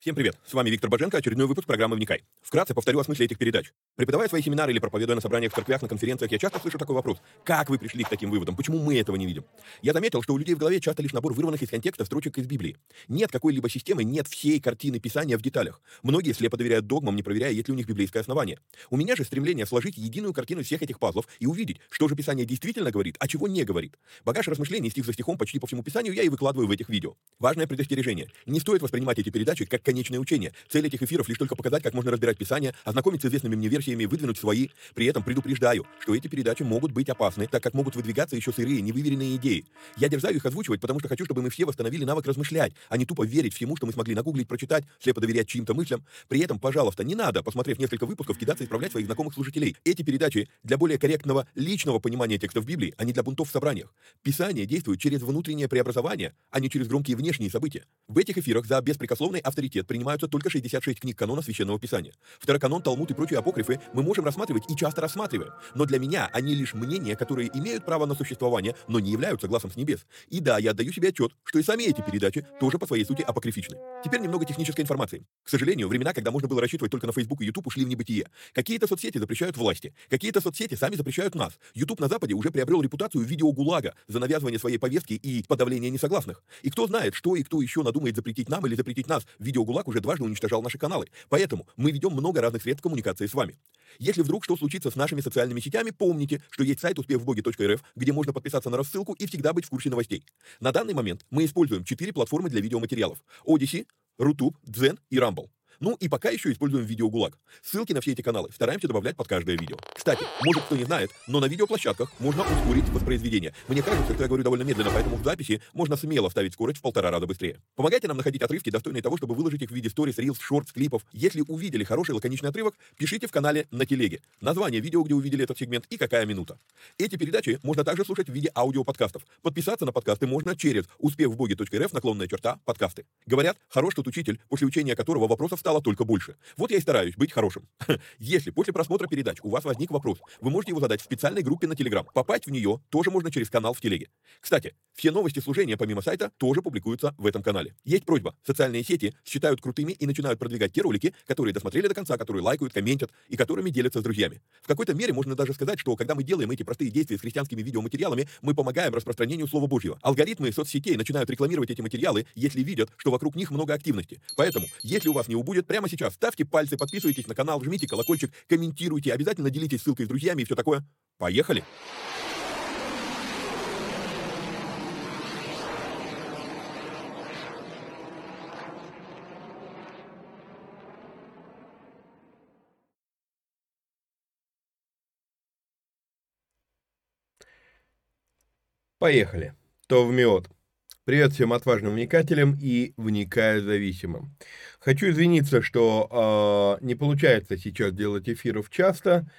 Всем привет! С вами Виктор Боженко, очередной выпуск программы «Вникай». Вкратце повторю о смысле этих передач. Преподавая свои семинары или проповедуя на собраниях в церквях, на конференциях, я часто слышу такой вопрос: как вы пришли к таким выводам? Почему мы этого не видим? Я заметил, что у людей в голове часто лишь набор вырванных из контекста строчек из Библии. Нет какой-либо системы, нет всей картины Писания в деталях. Многие слепо доверяют догмам, не проверяя, есть ли у них библейское основание. У меня же стремление сложить единую картину всех этих пазлов и увидеть, что же Писание действительно говорит, а чего не говорит. Багаж размышлений стих за стихом почти по всему Писанию я и выкладываю в этих видео. Важное предостережение: не стоит воспринимать эти передачи как конечное учение. Цель этих эфиров лишь только показать, как можно разбирать Писание, ознакомиться с известными мне версиями, выдвинуть свои. При этом предупреждаю, что эти передачи могут быть опасны, так как могут выдвигаться еще сырые, невыверенные идеи. Я дерзаю их озвучивать, потому что хочу, чтобы мы все восстановили навык размышлять, а не тупо верить всему, что мы смогли нагуглить, прочитать, слепо доверять чьим-то мыслям. При этом, пожалуйста, не надо, посмотрев несколько выпусков, кидаться и исправлять своих знакомых слушателей. Эти передачи для более корректного личного понимания текстов Библии, а не для бунтов в собраниях. Писание действует через внутреннее преобразование, а не через громкие внешние события. В этих эфирах за беспрекословный авторитет принимаются только 66 книг канона Священного Писания. Второканон, Талмуд и прочие апокрифы мы можем рассматривать и часто рассматриваем, но для меня они лишь мнения, которые имеют право на существование, но не являются глазом с небес. И да, я отдаю себе отчет, что и сами эти передачи тоже по своей сути апокрифичны. Теперь немного технической информации. К сожалению, времена, когда можно было рассчитывать только на Facebook и YouTube, ушли в небытие. Какие-то соцсети запрещают власти, какие-то соцсети сами запрещают нас. YouTube на Западе уже приобрел репутацию видеогулага за навязывание своей повестки и подавление несогласных. И кто знает, что и кто еще надумает запретить нам или запретить нас. Видеогулаг уже дважды уничтожал наши каналы. Поэтому мы ведем много разных средств коммуникации с вами. Если вдруг что случится с нашими социальными сетями, помните, что есть сайт успехвбоге.рф, где можно подписаться на рассылку и всегда быть в курсе новостей. На данный момент мы используем 4 платформы для видеоматериалов: Odyssey, Rutube, Дзен и Rumble. Ну и пока еще используем видеогулаг. Ссылки на все эти каналы стараемся добавлять под каждое видео. Кстати, может кто не знает, но на видеоплощадках можно ускорить воспроизведение. Мне кажется, что я говорю довольно медленно, поэтому в записи можно смело ставить скорость в 1,5 раза быстрее. Помогайте нам находить отрывки, достойные того, чтобы выложить их в виде сторис, рилс, шортс, клипов. Если увидели хороший лаконичный отрывок, пишите в канале на телеге название видео, где увидели этот сегмент, и какая минута. Эти передачи можно также слушать в виде аудиоподкастов. Подписаться на подкасты можно через успехвбоге.рф/подкасты. Говорят, хорош тот учитель, после учения которого вопросов стало только больше. Вот я и стараюсь быть хорошим. Если после просмотра передач у вас возник вопрос, вы можете его задать в специальной группе на Telegram. Попасть в нее тоже можно через канал в телеге. Кстати, все новости служения помимо сайта тоже публикуются в этом канале. Есть просьба: социальные сети считают крутыми и начинают продвигать те ролики, которые досмотрели до конца, которые лайкают, комментят и которыми делятся с друзьями. В какой-то мере можно даже сказать, что когда мы делаем эти простые действия с христианскими видеоматериалами, мы помогаем распространению Слова Божьего. Алгоритмы соцсетей начинают рекламировать эти материалы, если видят, что вокруг них много активности. Поэтому, если у вас не убудет, прямо сейчас ставьте пальцы, подписывайтесь на канал, жмите колокольчик, комментируйте, обязательно делитесь ссылкой с друзьями и все такое. Поехали! Поехали. Товмиот. Привет всем отважным вникателям и вникаю-зависимым. Хочу извиниться, что не получается сейчас делать эфиров часто.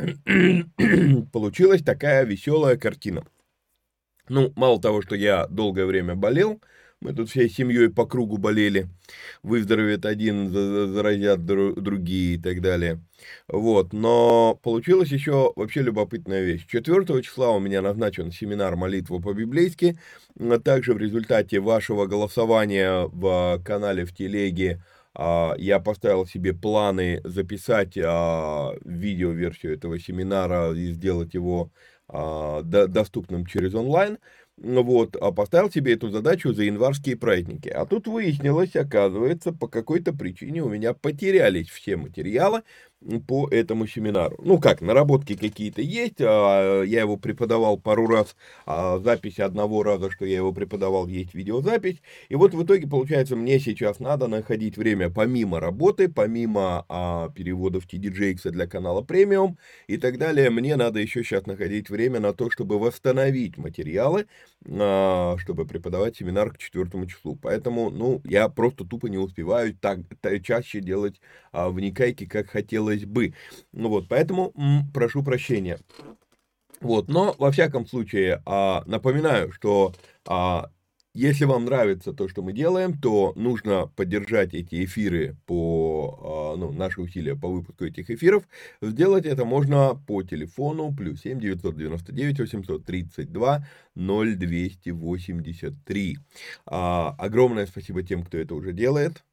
Получилась такая веселая картина. Ну, мало того, что я долгое время болел, мы тут всей семьей по кругу болели, выздоровеет один, заразят другие и так далее. Вот, но получилась еще вообще любопытная вещь. 4 числа у меня назначен семинар «Молитва по-библейски». Также в результате вашего голосования в канале в телеге я поставил себе планы записать видеоверсию этого семинара и сделать его доступным через онлайн. Вот, поставил себе эту задачу за январские праздники. А тут выяснилось, оказывается, по какой-то причине у меня потерялись все материалы по этому семинару. Ну как, наработки какие-то есть, я его преподавал пару раз, запись одного раза, что я его преподавал, есть видеозапись. И вот в итоге, получается, мне сейчас надо находить время помимо работы, помимо переводов TDJX для канала премиум и так далее, мне надо еще сейчас находить время на то, чтобы восстановить материалы, чтобы преподавать семинар к 4 числу. Поэтому, ну, я просто тупо не успеваю так чаще делать вникайки, как хотелось бы. Ну вот, поэтому прошу прощения. Вот, но во всяком случае напоминаю, что если вам нравится то, что мы делаем, то нужно поддержать эти эфиры наши усилия по выпуску этих эфиров. Сделать это можно по телефону +7 999 832 0283. Огромное спасибо тем, кто это уже делает.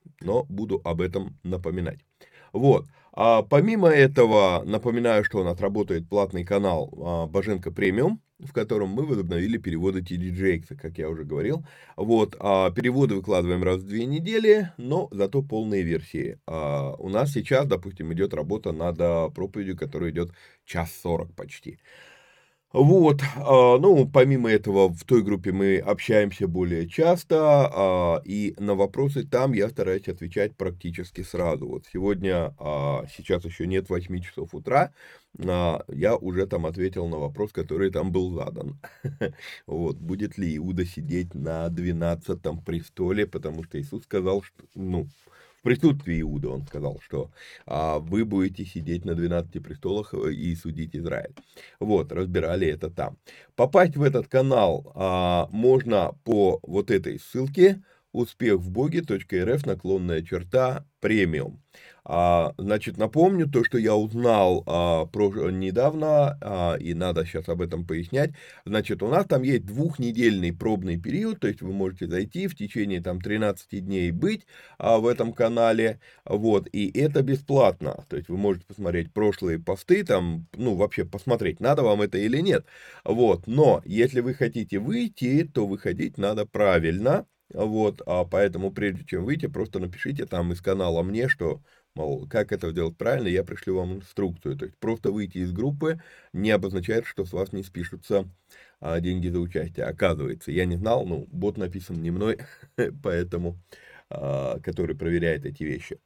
но буду об этом напоминать. Вот. А помимо этого, напоминаю, что у нас работает платный канал Боженко Премиум, в котором мы возобновили переводы TDJX, как я уже говорил. Вот, переводы выкладываем раз в 2 недели, но зато полные версии. У нас сейчас, допустим, идет работа над проповедью, которая идет 1:40 почти. Вот, ну, помимо этого, в той группе мы общаемся более часто, и на вопросы там я стараюсь отвечать практически сразу. Вот сегодня, сейчас еще нет 8 часов утра, я уже там ответил на вопрос, который там был задан. Вот, будет ли Иуда сидеть на 12-м престоле, потому что Иисус сказал, что, ну, в присутствии Иуда он сказал, что вы будете сидеть на 12 престолах и судить Израиль. Вот, разбирали это там. Попасть в этот канал можно по вот этой ссылке успехвбоге.рф/премиум. Значит, напомню то, что я узнал недавно, и надо сейчас об этом пояснять. Значит, у нас там есть 2-недельный пробный период, то есть вы можете зайти в течение там 13 дней быть в этом канале, вот, и это бесплатно. То есть вы можете посмотреть прошлые посты, там, ну, вообще посмотреть, надо вам это или нет. Вот, но если вы хотите выйти, то выходить надо правильно. Вот, поэтому прежде чем выйти, просто напишите там из канала мне, что, мол, как это сделать правильно, я пришлю вам инструкцию. То есть просто выйти из группы не обозначает, что с вас не спишутся деньги за участие. Оказывается, я не знал, ну, бот написан не мной, поэтому, который проверяет эти вещи.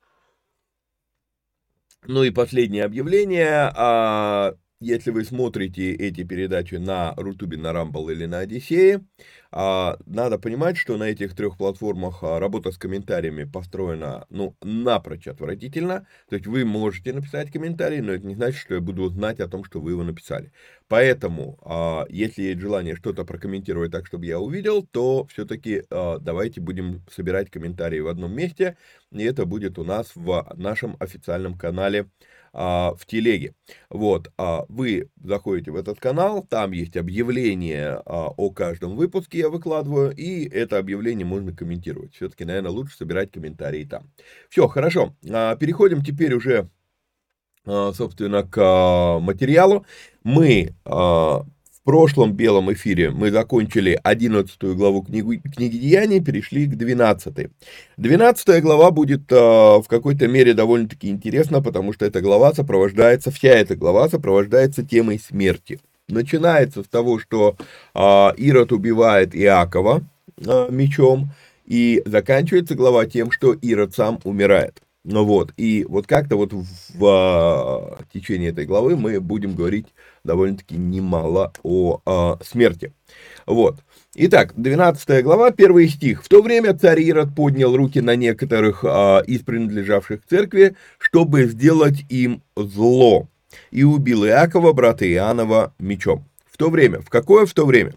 Ну и последнее объявление. Если вы смотрите эти передачи на Рутубе, на Рамбл или на Одиссее, надо понимать, что на этих 3 платформах работа с комментариями построена, ну, напрочь отвратительно. То есть вы можете написать комментарий, но это не значит, что я буду знать о том, что вы его написали. Поэтому, если есть желание что-то прокомментировать так, чтобы я увидел, то все-таки давайте будем собирать комментарии в одном месте, и это будет у нас в нашем официальном канале в телеге. Вот, вы заходите в этот канал, там есть объявление о каждом выпуске я выкладываю, и это объявление можно комментировать. Все-таки, наверное, лучше собирать комментарии там. Все, хорошо, переходим теперь уже, собственно, к материалу. Мы в прошлом белом эфире мы закончили 11 главу книги Деяний, перешли к 12. 12 глава будет в какой-то мере довольно-таки интересна, потому что эта глава сопровождается, вся эта глава сопровождается темой смерти. Начинается с того, что Ирод убивает Иакова мечом, и заканчивается глава тем, что Ирод сам умирает. Ну вот, и вот как-то вот в течение этой главы мы будем говорить довольно-таки немало о смерти. Вот. Итак, 12 глава, 1 стих. «В то время царь Ирод поднял руки на некоторых из принадлежавших церкви, чтобы сделать им зло, и убил Иакова, брата Иоаннова, мечом». В то время. В какое в то время?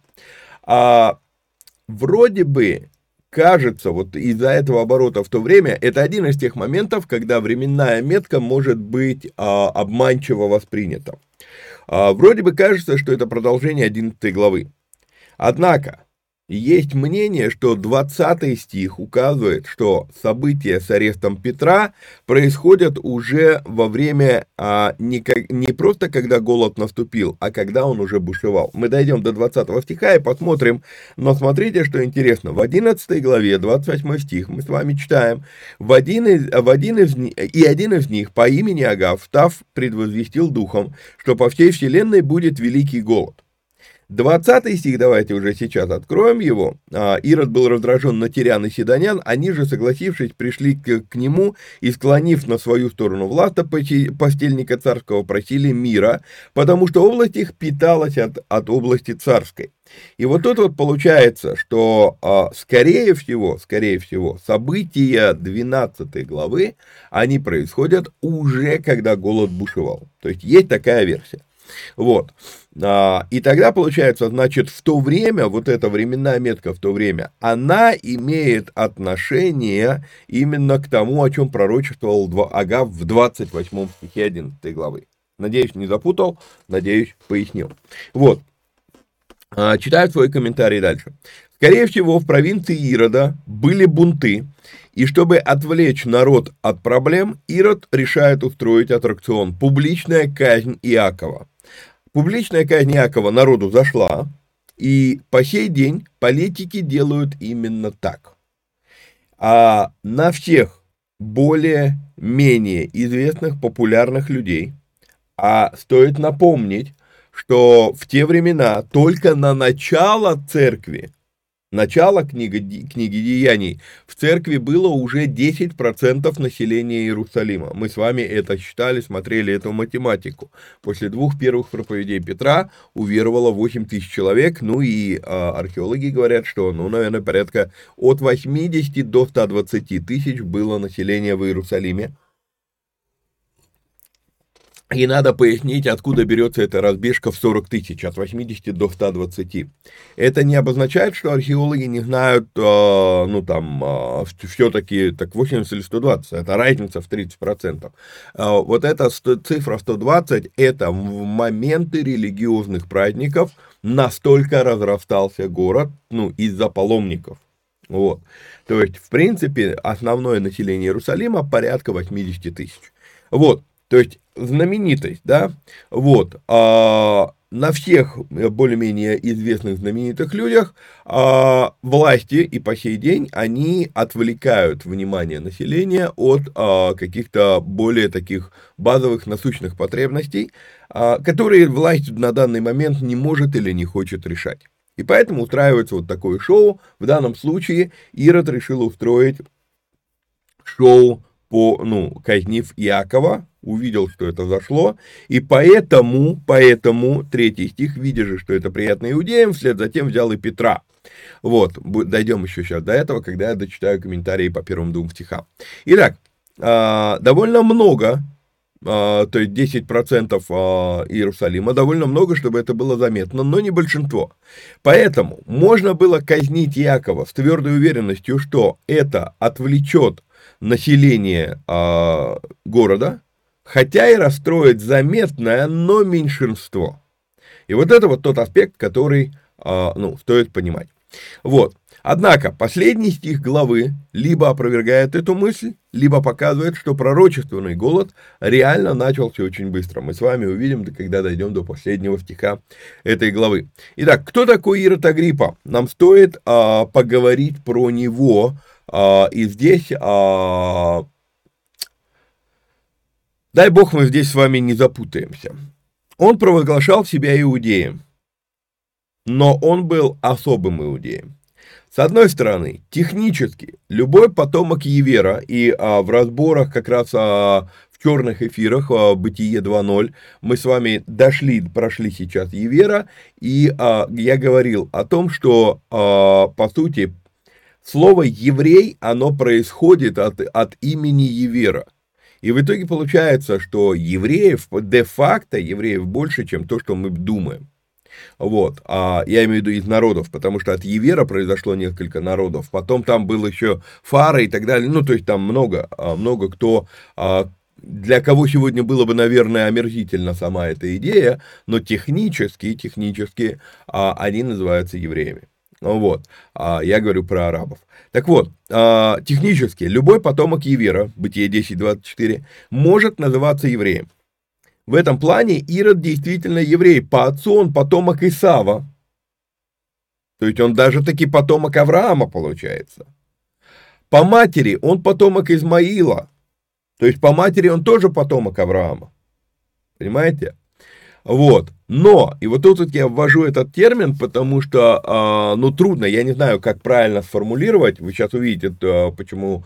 Вроде бы кажется, вот из-за этого оборота в то время, это один из тех моментов, когда временная метка может быть обманчиво воспринята. Вроде бы кажется, что это продолжение 11 главы. Однако, есть мнение, что 20 стих указывает, что события с арестом Петра происходят уже во время, не просто когда голод наступил, а когда он уже бушевал. Мы дойдем до 20 стиха и посмотрим, но смотрите, что интересно. В 11 главе, 28 стих, мы с вами читаем, один из них по имени Агав, встав, предвозвестил духом, что по всей вселенной будет великий голод. 20 стих, давайте уже сейчас откроем его. Ирод был раздражен на тирян и сидонян, они же, согласившись, пришли к нему и, склонив на свою сторону Власта, постельника царского, просили мира, потому что область их питалась от области царской. И вот тут вот получается, что, скорее всего, события 12 главы, они происходят уже, когда голод бушевал. То есть, есть такая версия. Вот, и тогда получается, значит, в то время, вот эта временная метка в то время, она имеет отношение именно к тому, о чем пророчествовал Агав в 28 стихе 11 главы. Надеюсь, не запутал, надеюсь, пояснил. Вот, читаю свой комментарий дальше. Скорее всего, в провинции Ирода были бунты, и чтобы отвлечь народ от проблем, Ирод решает устроить аттракцион «Публичная казнь Иакова». Публичная казнь Иакова народу зашла, и по сей день политики делают именно так. А на всех более-менее известных популярных людей, а стоит напомнить, что в те времена только на начало церкви, начало книги Деяний, в церкви было уже 10% населения Иерусалима. Мы с вами это считали, смотрели эту математику. После 2 первых проповедей Петра уверовало 8 тысяч человек, ну и археологи говорят, что, наверное, порядка от 80 до 120 тысяч было населения в Иерусалиме. И надо пояснить, откуда берется эта разбежка в 40 тысяч, от 80 до 120. Это не обозначает, что археологи не знают, все-таки так 80 или 120, это разница в 30%. Вот эта цифра 120, это в моменты религиозных праздников настолько разрастался город, из-за паломников. Вот. То есть, в принципе, основное население Иерусалима порядка 80 тысяч. Вот. То есть знаменитость, да, вот, на всех более-менее известных знаменитых людях власти и по сей день они отвлекают внимание населения от каких-то более таких базовых насущных потребностей, которые власть на данный момент не может или не хочет решать. И поэтому устраивается вот такое шоу. В данном случае Ирод решил устроить шоу казнив Иакова, увидел, что это зашло, и поэтому 3 стих, видя же, что это приятно иудеям, вслед за тем взял и Петра. Вот, дойдем еще сейчас до этого, когда я дочитаю комментарии по первым 2 стихам. Итак, довольно много, то есть 10% Иерусалима, довольно много, чтобы это было заметно, но не большинство. Поэтому можно было казнить Иакова с твердой уверенностью, что это отвлечет население города, хотя и расстроит заметное, но меньшинство. И вот это вот тот аспект, который, стоит понимать. Вот. Однако, последний стих главы либо опровергает эту мысль, либо показывает, что пророчественный голод реально начался очень быстро. Мы с вами увидим, когда дойдем до последнего стиха этой главы. Итак, кто такой Ирод Агриппа? Нам стоит поговорить про него, и здесь... Дай Бог, мы здесь с вами не запутаемся. Он провозглашал себя иудеем, но он был особым иудеем. С одной стороны, технически, любой потомок Евера, и в разборах как раз в черных эфирах, Бытие 2.0, мы с вами прошли сейчас Евера, и я говорил о том, что, по сути, слово «еврей», оно происходит от имени Евера. И в итоге получается, что евреев, де-факто евреев больше, чем то, что мы думаем. Вот, я имею в виду из народов, потому что от Евера произошло несколько народов, потом там был еще Фара и так далее, то есть там много кто, для кого сегодня было бы, наверное, омерзительна сама эта идея, но технически они называются евреями. Вот, я говорю про арабов. Так вот, технически любой потомок Евера, Бытие 10.24, может называться евреем. В этом плане Ирод действительно еврей. По отцу он потомок Исава. То есть он даже таки потомок Авраама получается. По матери он потомок Измаила. То есть по матери он тоже потомок Авраама. Понимаете? Вот. Но, и вот тут я ввожу этот термин, потому что, трудно, я не знаю, как правильно сформулировать, вы сейчас увидите, почему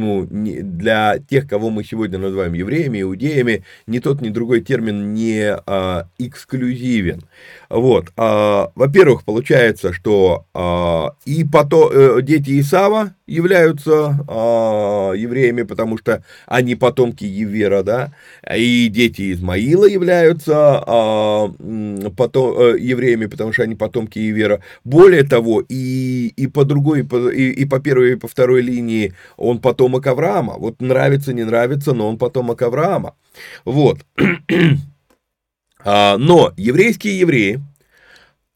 для тех, кого мы сегодня называем евреями, иудеями, ни тот, ни другой термин не эксклюзивен. Вот, во-первых, получается, что и дети Исава являются евреями, потому что они потомки Евера, да, и дети Измаила являются евреями, потому что они потомки Евера. Более того, и по другой, и по первой, и по второй линии он потомок Авраама. Вот нравится, не нравится, но он потомок Авраама. Вот. Но еврейские евреи,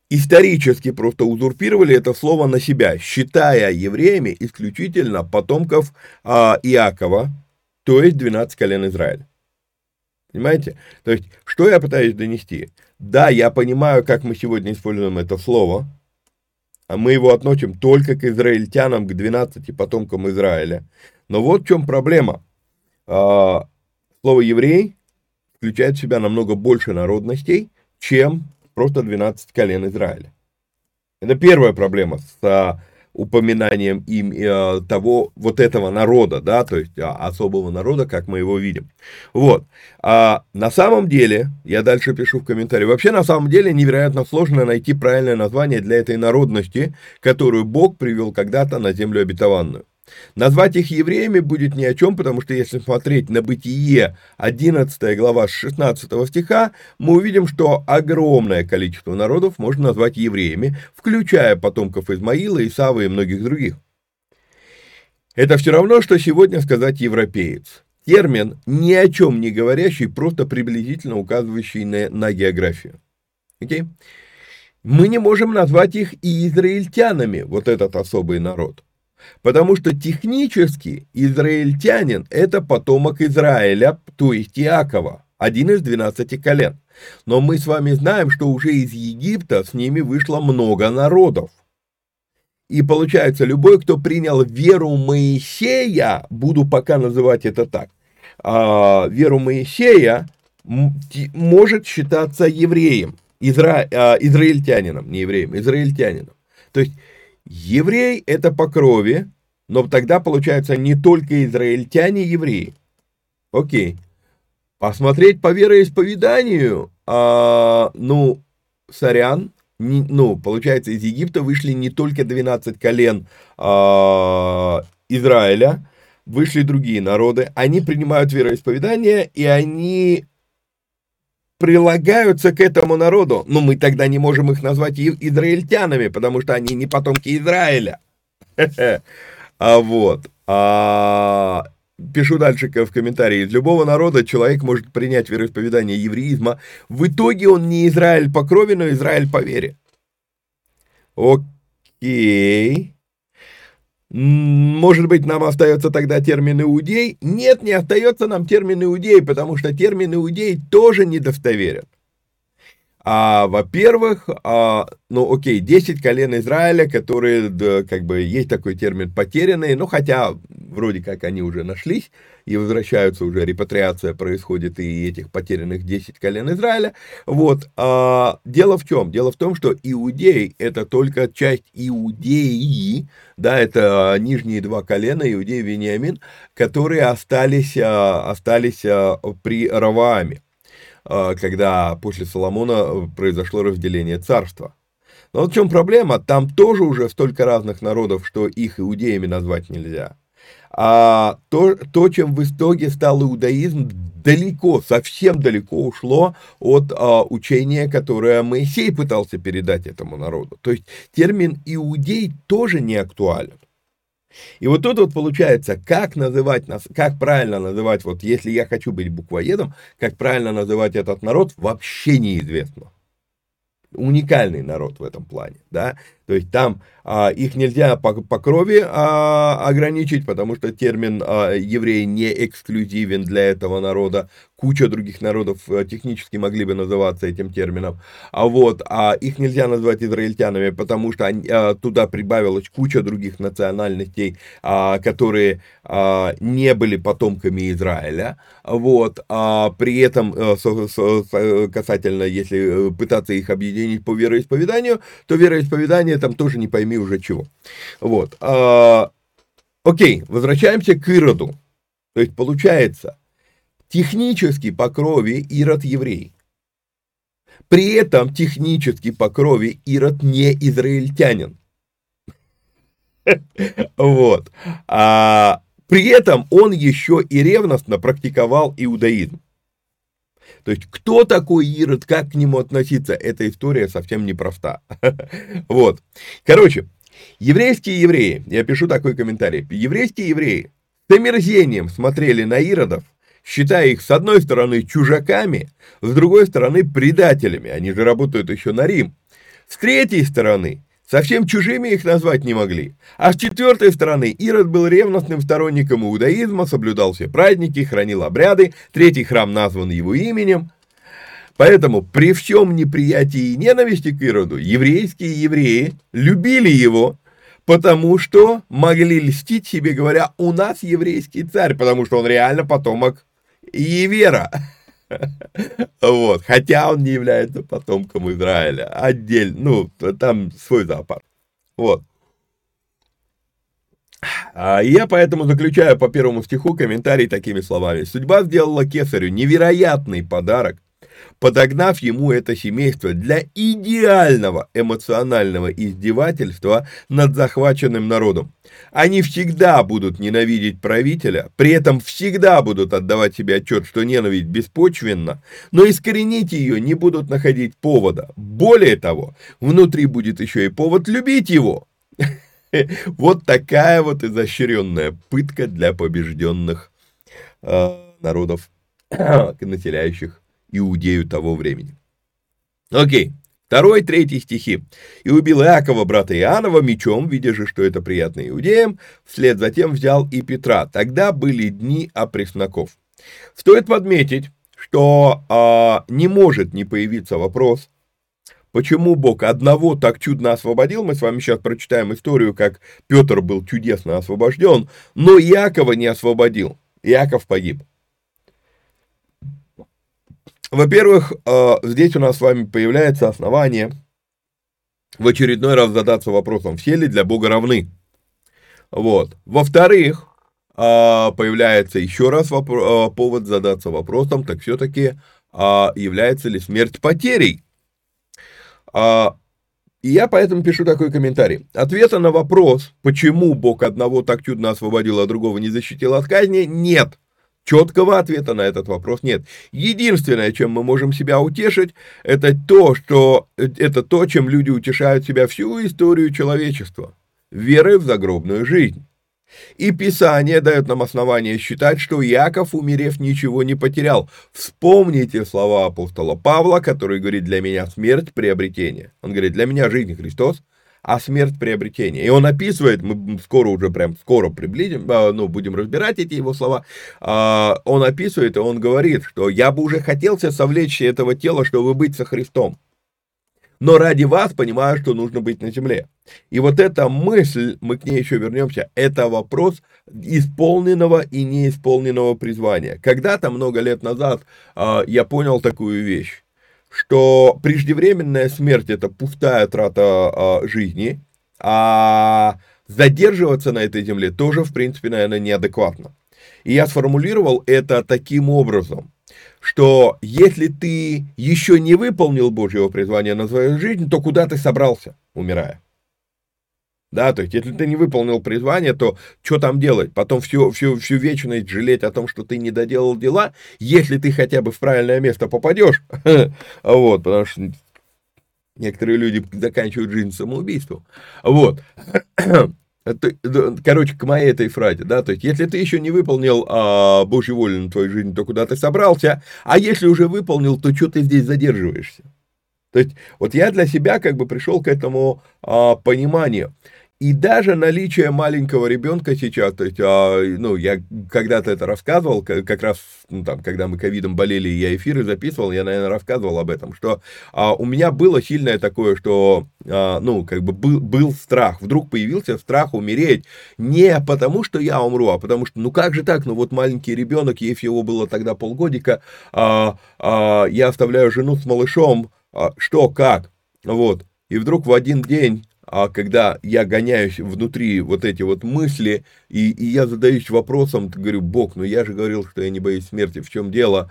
исторически просто узурпировали это слово на себя, считая евреями исключительно потомков Иакова, то есть 12 колен Израиля. Понимаете? То есть, что я пытаюсь донести? Да, я понимаю, как мы сегодня используем это слово, а мы его относим только к израильтянам, к 12 потомкам Израиля. Но вот в чем проблема. Слово «еврей» включает в себя намного больше народностей, чем просто 12 колен Израиля. Это первая проблема с упоминанием им того, вот этого народа, да, то есть особого народа, как мы его видим. Вот. А на самом деле, я дальше пишу в комментарии, вообще на самом деле невероятно сложно найти правильное название для этой народности, которую Бог привел когда-то на землю обетованную. Назвать их евреями будет ни о чем, потому что если смотреть на Бытие 11 глава с 16 стиха, мы увидим, что огромное количество народов можно назвать евреями, включая потомков Измаила, Исава и многих других. Это все равно, что сегодня сказать «европеец». Термин, ни о чем не говорящий, просто приблизительно указывающий на географию. Окей? Мы не можем назвать их и израильтянами, вот этот особый народ. Потому что технически израильтянин – это потомок Израиля, то есть Иакова, один из 12 колен. Но мы с вами знаем, что уже из Египта с ними вышло много народов. И получается, любой, кто принял веру Моисея, буду пока называть это так, веру Моисея может считаться евреем, израильтянином, не евреем, израильтянином. То есть, еврей – это по крови, но тогда, получается, не только израильтяне евреи. Окей. Посмотреть по вероисповеданию, сорян, получается, из Египта вышли не только 12 колен Израиля, вышли другие народы, они принимают вероисповедание, и они прилагаются к этому народу, но мы тогда не можем их назвать израильтянами, потому что они не потомки Израиля. Пишу дальше в комментарии. Из любого народа человек может принять вероисповедание евреизма. В итоге он не Израиль по крови, но Израиль по вере. Окей. Может быть, нам остается тогда термин «иудей»? Нет, не остается нам термин «иудей», потому что термин «иудей» тоже недостоверен. Во-первых, 10 колен Израиля, которые, есть такой термин «потерянные», хотя вроде как они уже нашлись и возвращаются уже, репатриация происходит и этих потерянных 10 колен Израиля. Дело в чем? Дело в том, что иудей – это только часть Иудеи, да, это нижние два колена, Иудей и Вениамин, которые остались при Равааме, когда после Соломона произошло разделение царства. Но вот в чем проблема? Там тоже уже столько разных народов, что их иудеями назвать нельзя. То, чем в итоге стал иудаизм, совсем далеко ушло от учения, которое Моисей пытался передать этому народу. То есть термин «иудей» тоже не актуален. И вот тут получается, как правильно называть, если я хочу быть буквоедом, как правильно называть этот народ, вообще неизвестно. Уникальный народ в этом плане, да, то есть там их нельзя по крови ограничить, потому что термин еврей не эксклюзивен для этого народа, куча других народов технически могли бы называться этим термином, их нельзя назвать израильтянами, потому что туда прибавилась куча других национальностей, которые не были потомками Израиля, при этом касательно, если пытаться их объединить по вероисповеданию, то вероисповедание там тоже не пойми уже чего. Окей, возвращаемся к Ироду. То есть получается, технически по крови Ирод еврей. При этом технически по крови Ирод не израильтянин. При этом он еще и ревностно практиковал иудаизм. То есть, кто такой Ирод, как к нему относиться, эта история совсем непроста. Короче, еврейские евреи, я пишу такой комментарий, еврейские евреи с омерзением смотрели на иродов, считая их с одной стороны чужаками, с другой стороны предателями, они же работают еще на Рим. С третьей стороны, совсем чужими их назвать не могли. А с четвертой стороны, Ирод был ревностным сторонником иудаизма, соблюдал все праздники, хранил обряды, третий храм назван его именем. Поэтому при всем неприятии и ненависти к Ироду еврейские евреи любили его, потому что могли льстить себе, говоря, у нас еврейский царь, потому что он реально потомок Иевера. Вот, хотя он не является потомком Израиля, отдельно, ну, там свой зоопарк. Вот. Я поэтому заключаю по первому стиху комментарий такими словами. Судьба сделала кесарю невероятный подарок, подогнав ему это семейство для идеального эмоционального издевательства над захваченным народом. Они всегда будут ненавидеть правителя, при этом всегда будут отдавать себе отчет, что ненависть беспочвенна, но искоренить ее не будут находить повода. Более того, внутри будет еще и повод любить его. Вот такая вот изощренная пытка для побежденных народов, населяющих Иудею того времени. Окей. 2-3 стихи. «И убил Иакова, брата Иоаннова, мечом, видя же, что это приятно иудеям, вслед затем взял и Петра. Тогда были дни опресноков». Стоит подметить, что не может не появиться вопрос, почему Бог одного так чудно освободил. Мы с вами сейчас прочитаем историю, как Петр был чудесно освобожден, но Иакова не освободил. Иаков погиб. Во-первых, здесь у нас с вами появляется основание в очередной раз задаться вопросом, все ли для Бога равны. Вот. Во-вторых, появляется еще раз повод задаться вопросом, так все-таки является ли смерть потерей. И я поэтому пишу такой комментарий. Ответа на вопрос, почему Бог одного так чудно освободил, а другого не защитил от казни, нет. Четкого ответа на этот вопрос нет. Единственное, чем мы можем себя утешить, это то, чем люди утешают себя всю историю человечества. Верой в загробную жизнь. И Писание дает нам основание считать, что Иаков, умерев, ничего не потерял. Вспомните слова апостола Павла, который говорит, для меня смерть – приобретение. Он говорит, для меня жизнь Христос, а смерть приобретение. И он описывает, мы скоро приблизим, будем разбирать эти его слова, он описывает, и он говорит, что я бы уже хотелся совлечь этого тела, чтобы быть со Христом. Но ради вас понимаю, что нужно быть на земле. И вот эта мысль, мы к ней еще вернемся, это вопрос исполненного и неисполненного призвания. Когда-то, много лет назад, я понял такую вещь, что преждевременная смерть – это пустая трата жизни, а задерживаться на этой земле тоже, в принципе, наверное, неадекватно. И я сформулировал это таким образом, что если ты еще не выполнил Божьего призвания на свою жизнь, то куда ты собрался, умирая? Да, то есть, если ты не выполнил призвание, то что там делать? Потом всю вечность жалеть о том, что ты не доделал дела, если ты хотя бы в правильное место попадешь. Вот, потому что некоторые люди заканчивают жизнь самоубийством. Вот. Короче, к моей этой фразе, да, то есть, если ты еще не выполнил Божью волю на твою жизнь, то куда ты собрался, а если уже выполнил, то что ты здесь задерживаешься? То есть, вот я для себя как бы пришел к этому пониманию. И даже наличие маленького ребенка сейчас, то есть, я когда-то это рассказывал, как раз, когда мы ковидом болели, я эфиры записывал, я, наверное, рассказывал об этом, что у меня было сильное такое, что, был страх, вдруг появился страх умереть, не потому, что я умру, а потому что, как же так, вот маленький ребенок, если его было тогда полгодика, я оставляю жену с малышом, что, как, вот, и вдруг в один день, когда я гоняюсь внутри вот эти вот мысли, и я задаюсь вопросом, говорю, Бог, я же говорил, что я не боюсь смерти, в чем дело?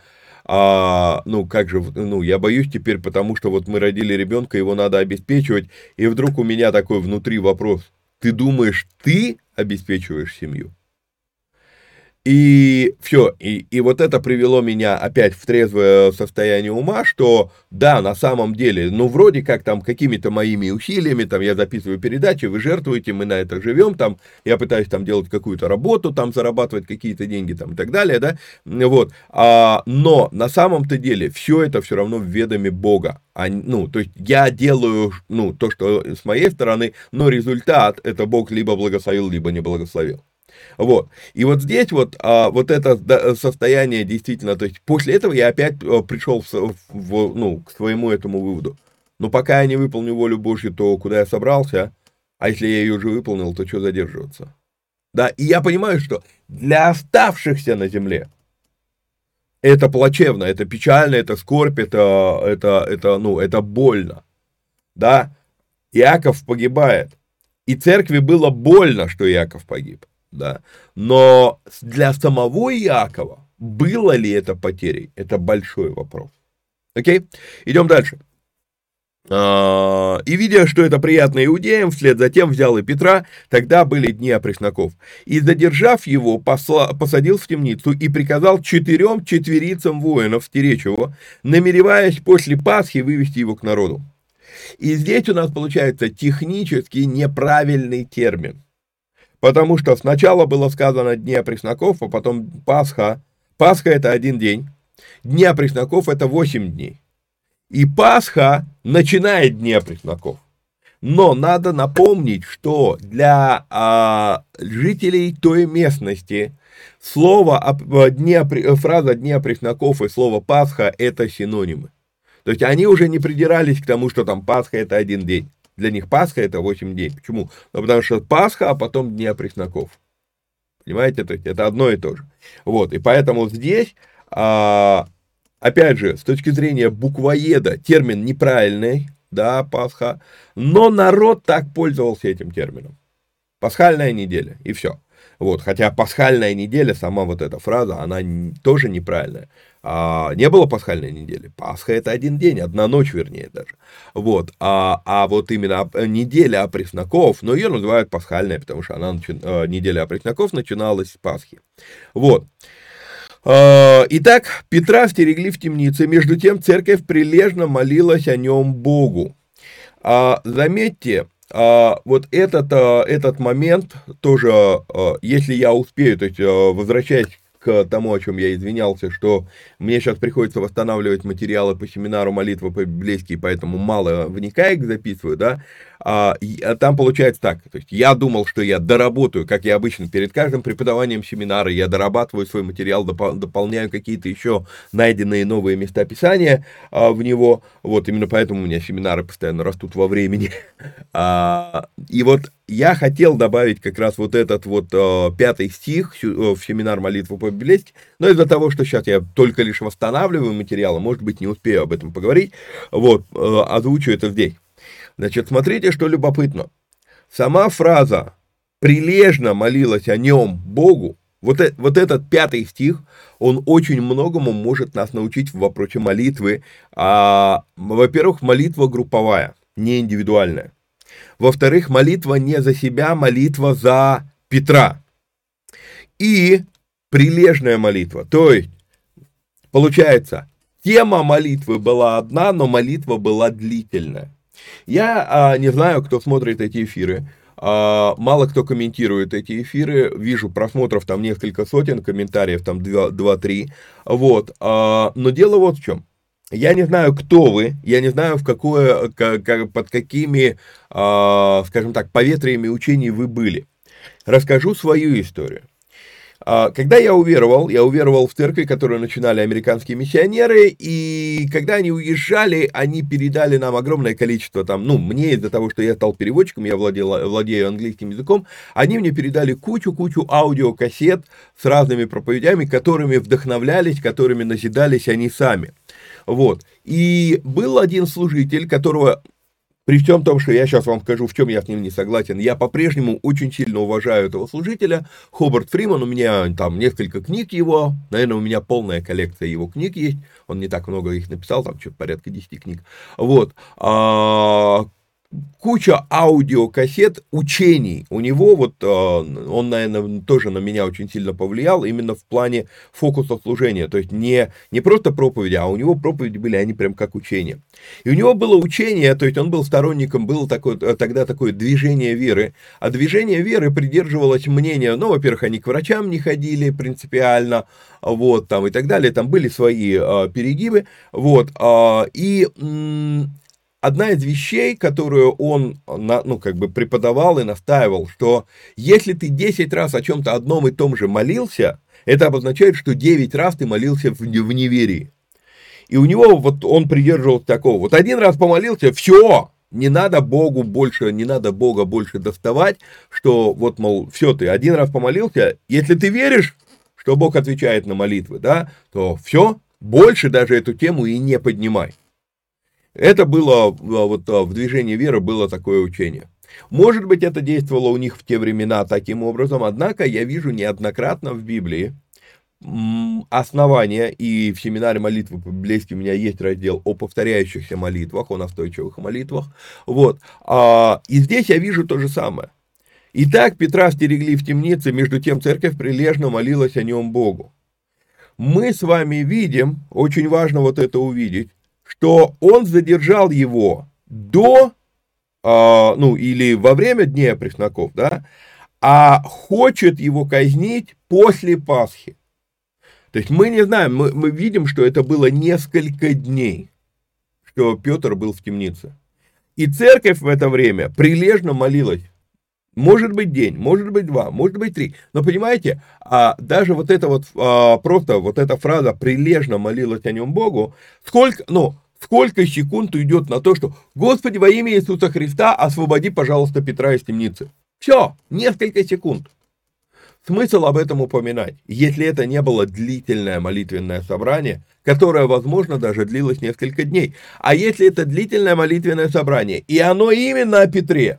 Как же, я боюсь теперь, потому что вот мы родили ребенка, его надо обеспечивать, и вдруг у меня такой внутри вопрос, ты думаешь, ты обеспечиваешь семью? И все, и вот это привело меня опять в трезвое состояние ума, что да, на самом деле, ну, вроде как там какими-то моими усилиями, там, я записываю передачи, вы жертвуете, мы на это живем, там, я пытаюсь там делать какую-то работу, там, зарабатывать какие-то деньги, там, и так далее, да, вот, но на самом-то деле все это все равно в ведоме Бога, ну, то есть я делаю, ну, то, что с моей стороны, но результат это Бог либо благословил, либо не благословил. Вот. И вот здесь вот, вот это состояние действительно, то есть после этого я опять пришел ну, к своему этому выводу. Но пока я не выполню волю Божью, то куда я собрался, а если я ее уже выполнил, то что задерживаться? Да, и я понимаю, что для оставшихся на земле это плачевно, это печально, это скорбь, ну, это больно. Да, Иаков погибает. И церкви было больно, что Иаков погиб. Да. Но для самого Иакова было ли это потерей? Это большой вопрос. Окей? Идем дальше. И видя, что это приятно иудеям, вслед за тем взял и Петра, тогда были дни опресноков. И, задержав его, посадил в темницу и приказал 4 четверицам воинов стеречь его, намереваясь после Пасхи вывести его к народу. И здесь у нас получается технически неправильный термин. Потому что сначала было сказано дни опресноков, а потом Пасха. Пасха это 1 день. Дни опресноков это 8 дней. И Пасха начинает дни опресноков. Но надо напомнить, что для жителей той местности фраза дни опресноков и слово Пасха это синонимы. То есть они уже не придирались к тому, что там Пасха это 1 день. Для них Пасха это 8 дней. Почему? Ну, потому что Пасха, а потом дни опресноков. Понимаете? То есть это одно и то же. Вот. И поэтому здесь, опять же, с точки зрения буквоеда, термин неправильный, да, Пасха, но народ так пользовался этим термином. Пасхальная неделя, и все. Вот, хотя пасхальная неделя, сама вот эта фраза, она тоже неправильная. Не было пасхальной недели. Пасха это 1 день, 1 ночь, вернее, даже. Вот, а вот именно неделя опресноков, но ее называют пасхальная, потому что неделя опресноков начиналась с Пасхи. Вот. Итак, Петра стерегли в темнице, между тем церковь прилежно молилась о нем Богу. Заметьте, вот этот момент тоже, если я успею, то есть возвращаясь к тому, о чем я извинялся, что мне сейчас приходится восстанавливать материалы по семинару молитвы по-библейски, поэтому мало вникая их записываю, да, там получается так, то есть я думал, что я доработаю, как я обычно перед каждым преподаванием семинара, я дорабатываю свой материал, дополняю какие-то еще найденные новые места писания в него, вот именно поэтому у меня семинары постоянно растут во времени, и вот я хотел добавить как раз вот этот вот 5 стих в семинар молитвы по-библейски, но из-за того, что сейчас я только лишь восстанавливаю материалы, может быть, не успею об этом поговорить, вот, озвучу это здесь. Значит, смотрите, что любопытно. Сама фраза «прилежно молилась о нем Богу», вот этот 5 стих, он очень многому может нас научить в вопросе молитвы. Во-первых, молитва групповая, не индивидуальная. Во-вторых, молитва не за себя, молитва за Петра. И прилежная молитва. То есть, получается, тема молитвы была одна, но молитва была длительная. Я не знаю, кто смотрит эти эфиры. Мало кто комментирует эти эфиры. Вижу просмотров там несколько сотен, комментариев там 2-3. Вот. Но дело вот в чем. Я не знаю, кто вы, я не знаю, под какими, скажем так, поветриями учений вы были. Расскажу свою историю. Когда я уверовал в церковь, которую начинали американские миссионеры, и когда они уезжали, они передали нам огромное количество, мне из-за того, что я стал переводчиком, я владею английским языком, они мне передали кучу аудиокассет с разными проповедями, которыми вдохновлялись, которыми назидались они сами. Вот. И был один служитель, которого, при всем том, что я сейчас вам скажу, в чем я с ним не согласен, я по-прежнему очень сильно уважаю этого служителя, Хобарт Фриман, у меня там несколько книг его, наверное, у меня полная коллекция его книг есть, он не так много их написал, там что-то порядка 10 книг, вот. куча аудиокассет учений. У него вот, он, наверное, тоже на меня очень сильно повлиял именно в плане фокуса служения. То есть не просто проповеди, а у него проповеди были, они прям как учения. И у него было учение, то есть он был сторонником, было тогда такое движение веры. А движение веры придерживалось мнения, ну, во-первых, они к врачам не ходили принципиально, вот, там и так далее, там были свои перегибы, вот, одна из вещей, которую он, ну, как бы преподавал и настаивал, что если ты 10 раз о чем-то одном и том же молился, это обозначает, что 9 раз ты молился в неверии. И у него вот он придерживался такого, вот один раз помолился, все, не надо Богу больше, не надо Бога больше доставать, что вот, мол, все, ты один раз помолился, если ты веришь, что Бог отвечает на молитвы, да, то все, больше даже эту тему и не поднимай. Это было, вот в движении веры было такое учение. Может быть, это действовало у них в те времена таким образом, однако я вижу неоднократно в Библии основания, и в семинаре молитвы по-библейски у меня есть раздел о повторяющихся молитвах, о настойчивых молитвах, вот, и здесь я вижу то же самое. Итак, Петра стерегли в темнице, между тем церковь прилежно молилась о нем Богу. Мы с вами видим, очень важно вот это увидеть, что он задержал его до, ну, или во время Дня пресноков, да, а хочет его казнить после Пасхи. То есть мы не знаем, мы видим, что это было несколько дней, что Петр был в темнице. И церковь в это время прилежно молилась. Может быть день, может быть 2, может быть 3. Но понимаете, даже вот это вот, просто вот эта фраза «прилежно молилась о нем Богу», сколько секунд уйдет на то, что «Господи, во имя Иисуса Христа, освободи, пожалуйста, Петра из темницы». Все, несколько секунд. Смысл об этом упоминать, если это не было длительное молитвенное собрание, которое, возможно, даже длилось несколько дней. А если это длительное молитвенное собрание, и оно именно о Петре,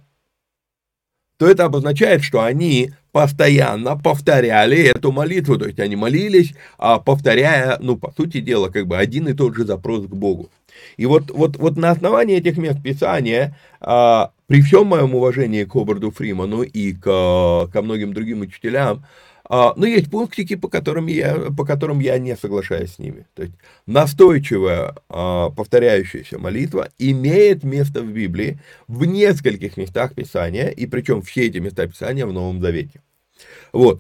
то это обозначает, что они постоянно повторяли эту молитву, то есть они молились, повторяя, ну, по сути дела, как бы один и тот же запрос к Богу. И вот на основании этих мест Писания, при всем моем уважении к Хобарду Фриману и ко многим другим учителям, но есть пунктики, по которым я не соглашаюсь с ними. То есть настойчивая, повторяющаяся молитва имеет место в Библии в нескольких местах Писания, и причем все эти места Писания в Новом Завете. Вот.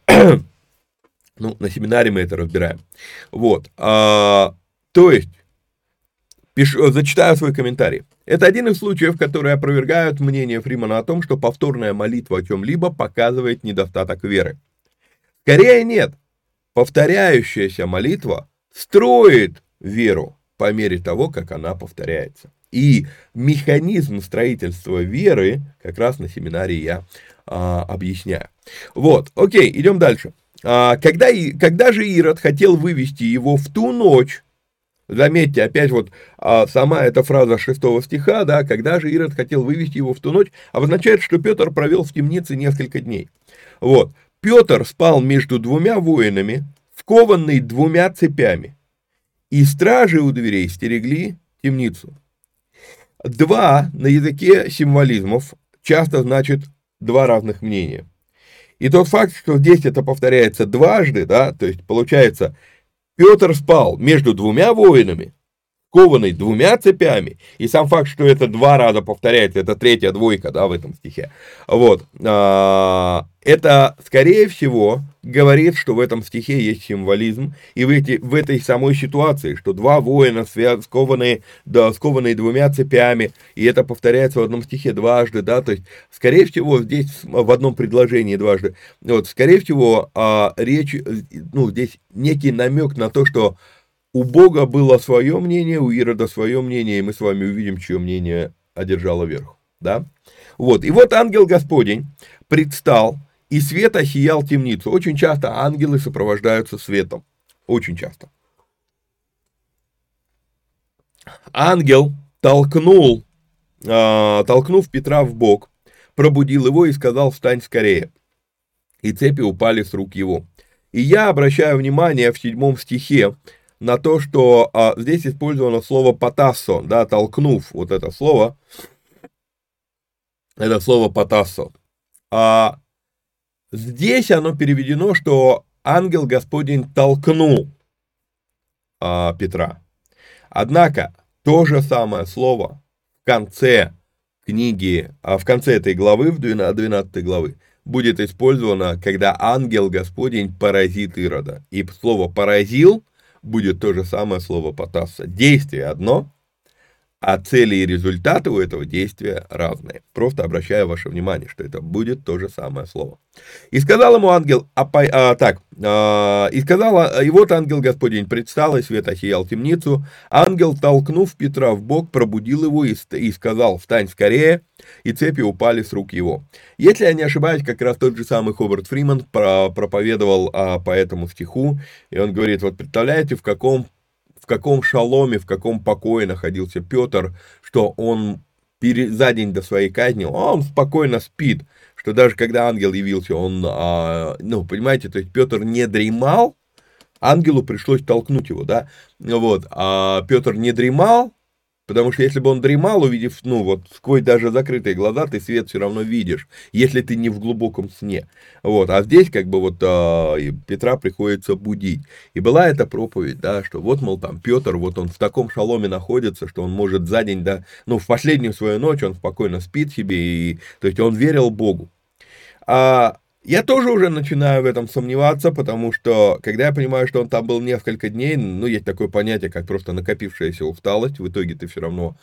Ну, на семинаре мы это разбираем. Вот. То есть, зачитаю свой комментарий. Это один из случаев, которые опровергают мнение Фримана о том, что повторная молитва о чем-либо показывает недостаток веры. Скорее нет. Повторяющаяся молитва строит веру по мере того, как она повторяется. И механизм строительства веры как раз на семинаре я объясняю. Вот, окей, идем дальше. Когда же Ирод хотел вывести его в ту ночь, заметьте, опять вот сама эта фраза 6 стиха, да, когда же Ирод хотел вывести его в ту ночь, обозначает, что Петр провел в темнице несколько дней. Вот. Петр спал между двумя воинами, скованный 2 цепями, и стражи у дверей стерегли темницу. 2 на языке символизмов часто значит 2 разных мнения. И тот факт, что здесь это повторяется дважды, да, то есть получается, Петр спал между 2 воинами, скованный 2 цепями, и сам факт, что это 2 раза повторяется, это 3-я двойка, да, в этом стихе, вот, это, скорее всего, говорит, что в этом стихе есть символизм, и в этой самой ситуации, что 2 воина скованные 2 цепями, и это повторяется в одном стихе дважды, да, то есть, скорее всего, здесь в одном предложении дважды, вот, скорее всего, речь, ну, здесь некий намек на то, что у Бога было свое мнение, у Ирода свое мнение, и мы с вами увидим, чье мнение одержало верх, да, вот, и вот ангел Господень предстал, и свет осиял темницу. Очень часто ангелы сопровождаются светом. Очень часто. Ангел толкнув Петра в бок, пробудил его и сказал: «Встань скорее». И цепи упали с рук его. И я обращаю внимание в 7 стихе на то, что здесь использовано слово «потассо», да, толкнув, вот это слово. Это слово «потассо». А здесь оно переведено, что ангел Господень толкнул Петра. Однако то же самое слово в конце книги, в конце этой главы, в 12 главы, будет использовано, когда ангел Господень поразит Ирода. И слово «поразил» будет то же самое слово «потасса». Действие одно, а цели и результаты у этого действия разные. Просто обращаю ваше внимание, что это будет то же самое слово. И сказал ему ангел, и вот ангел Господень предстал, и свет осиял темницу. Ангел, толкнув Петра в бок, пробудил его и сказал: встань скорее, и цепи упали с рук его. Если я не ошибаюсь, как раз тот же самый Хобарт Фриман проповедовал по этому стиху, и он говорит, вот представляете, в каком шаломе, в каком покое находился Петр, что он за день до своей казни, он спокойно спит, что даже когда ангел явился, он, понимаете, то есть Петр не дремал, ангелу пришлось толкнуть его, да, вот, а Петр не дремал, потому что если бы он дремал, увидев, сквозь даже закрытые глаза, ты свет все равно видишь, если ты не в глубоком сне, вот, а здесь Петра приходится будить, и была эта проповедь, да, что вот, мол, там Петр, вот он в таком шаломе находится, что он может за день, да, в последнюю свою ночь он спокойно спит себе, и, то есть он верил Богу. Я тоже уже начинаю в этом сомневаться, потому что, когда я понимаю, что он там был несколько дней, есть такое понятие, как просто накопившаяся усталость, в итоге ты все равно,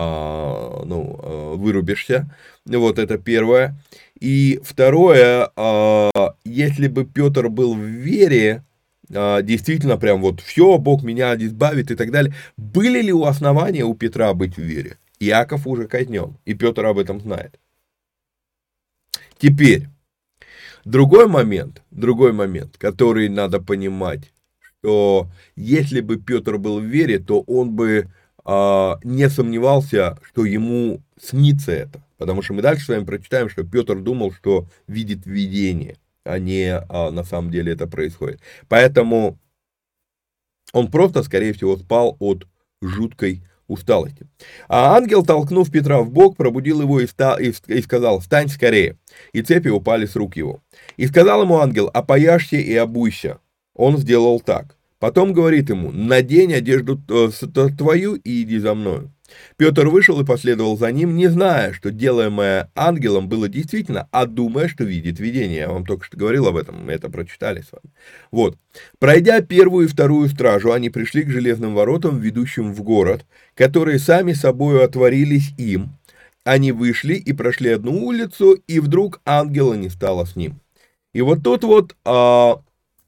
вырубишься, вот это первое. И второе, если бы Петр был в вере, действительно прям вот все, Бог меня избавит и так далее, были ли основания у Петра быть в вере? Иаков уже казнен, и Петр об этом знает. Теперь, другой момент, который надо понимать, что если бы Петр был в вере, то он бы не сомневался, что ему снится это. Потому что мы дальше с вами прочитаем, что Петр думал, что видит видение, а не на самом деле это происходит. Поэтому он просто, скорее всего, спал от жуткой усталости. А ангел, толкнув Петра в бок, пробудил его и сказал: встань скорее. И цепи упали с рук его. И сказал ему ангел: опояшься и обуйся. Он сделал так. Потом говорит ему: надень одежду твою и иди за мною. Петр вышел и последовал за ним, не зная, что делаемое ангелом было действительно, а думая, что видит видение. Я вам только что говорил об этом, мы это прочитали с вами. Вот. Пройдя первую и вторую стражу, они пришли к железным воротам, ведущим в город, которые сами собою отворились им. Они вышли и прошли одну улицу, и вдруг ангела не стало с ним. И вот тут я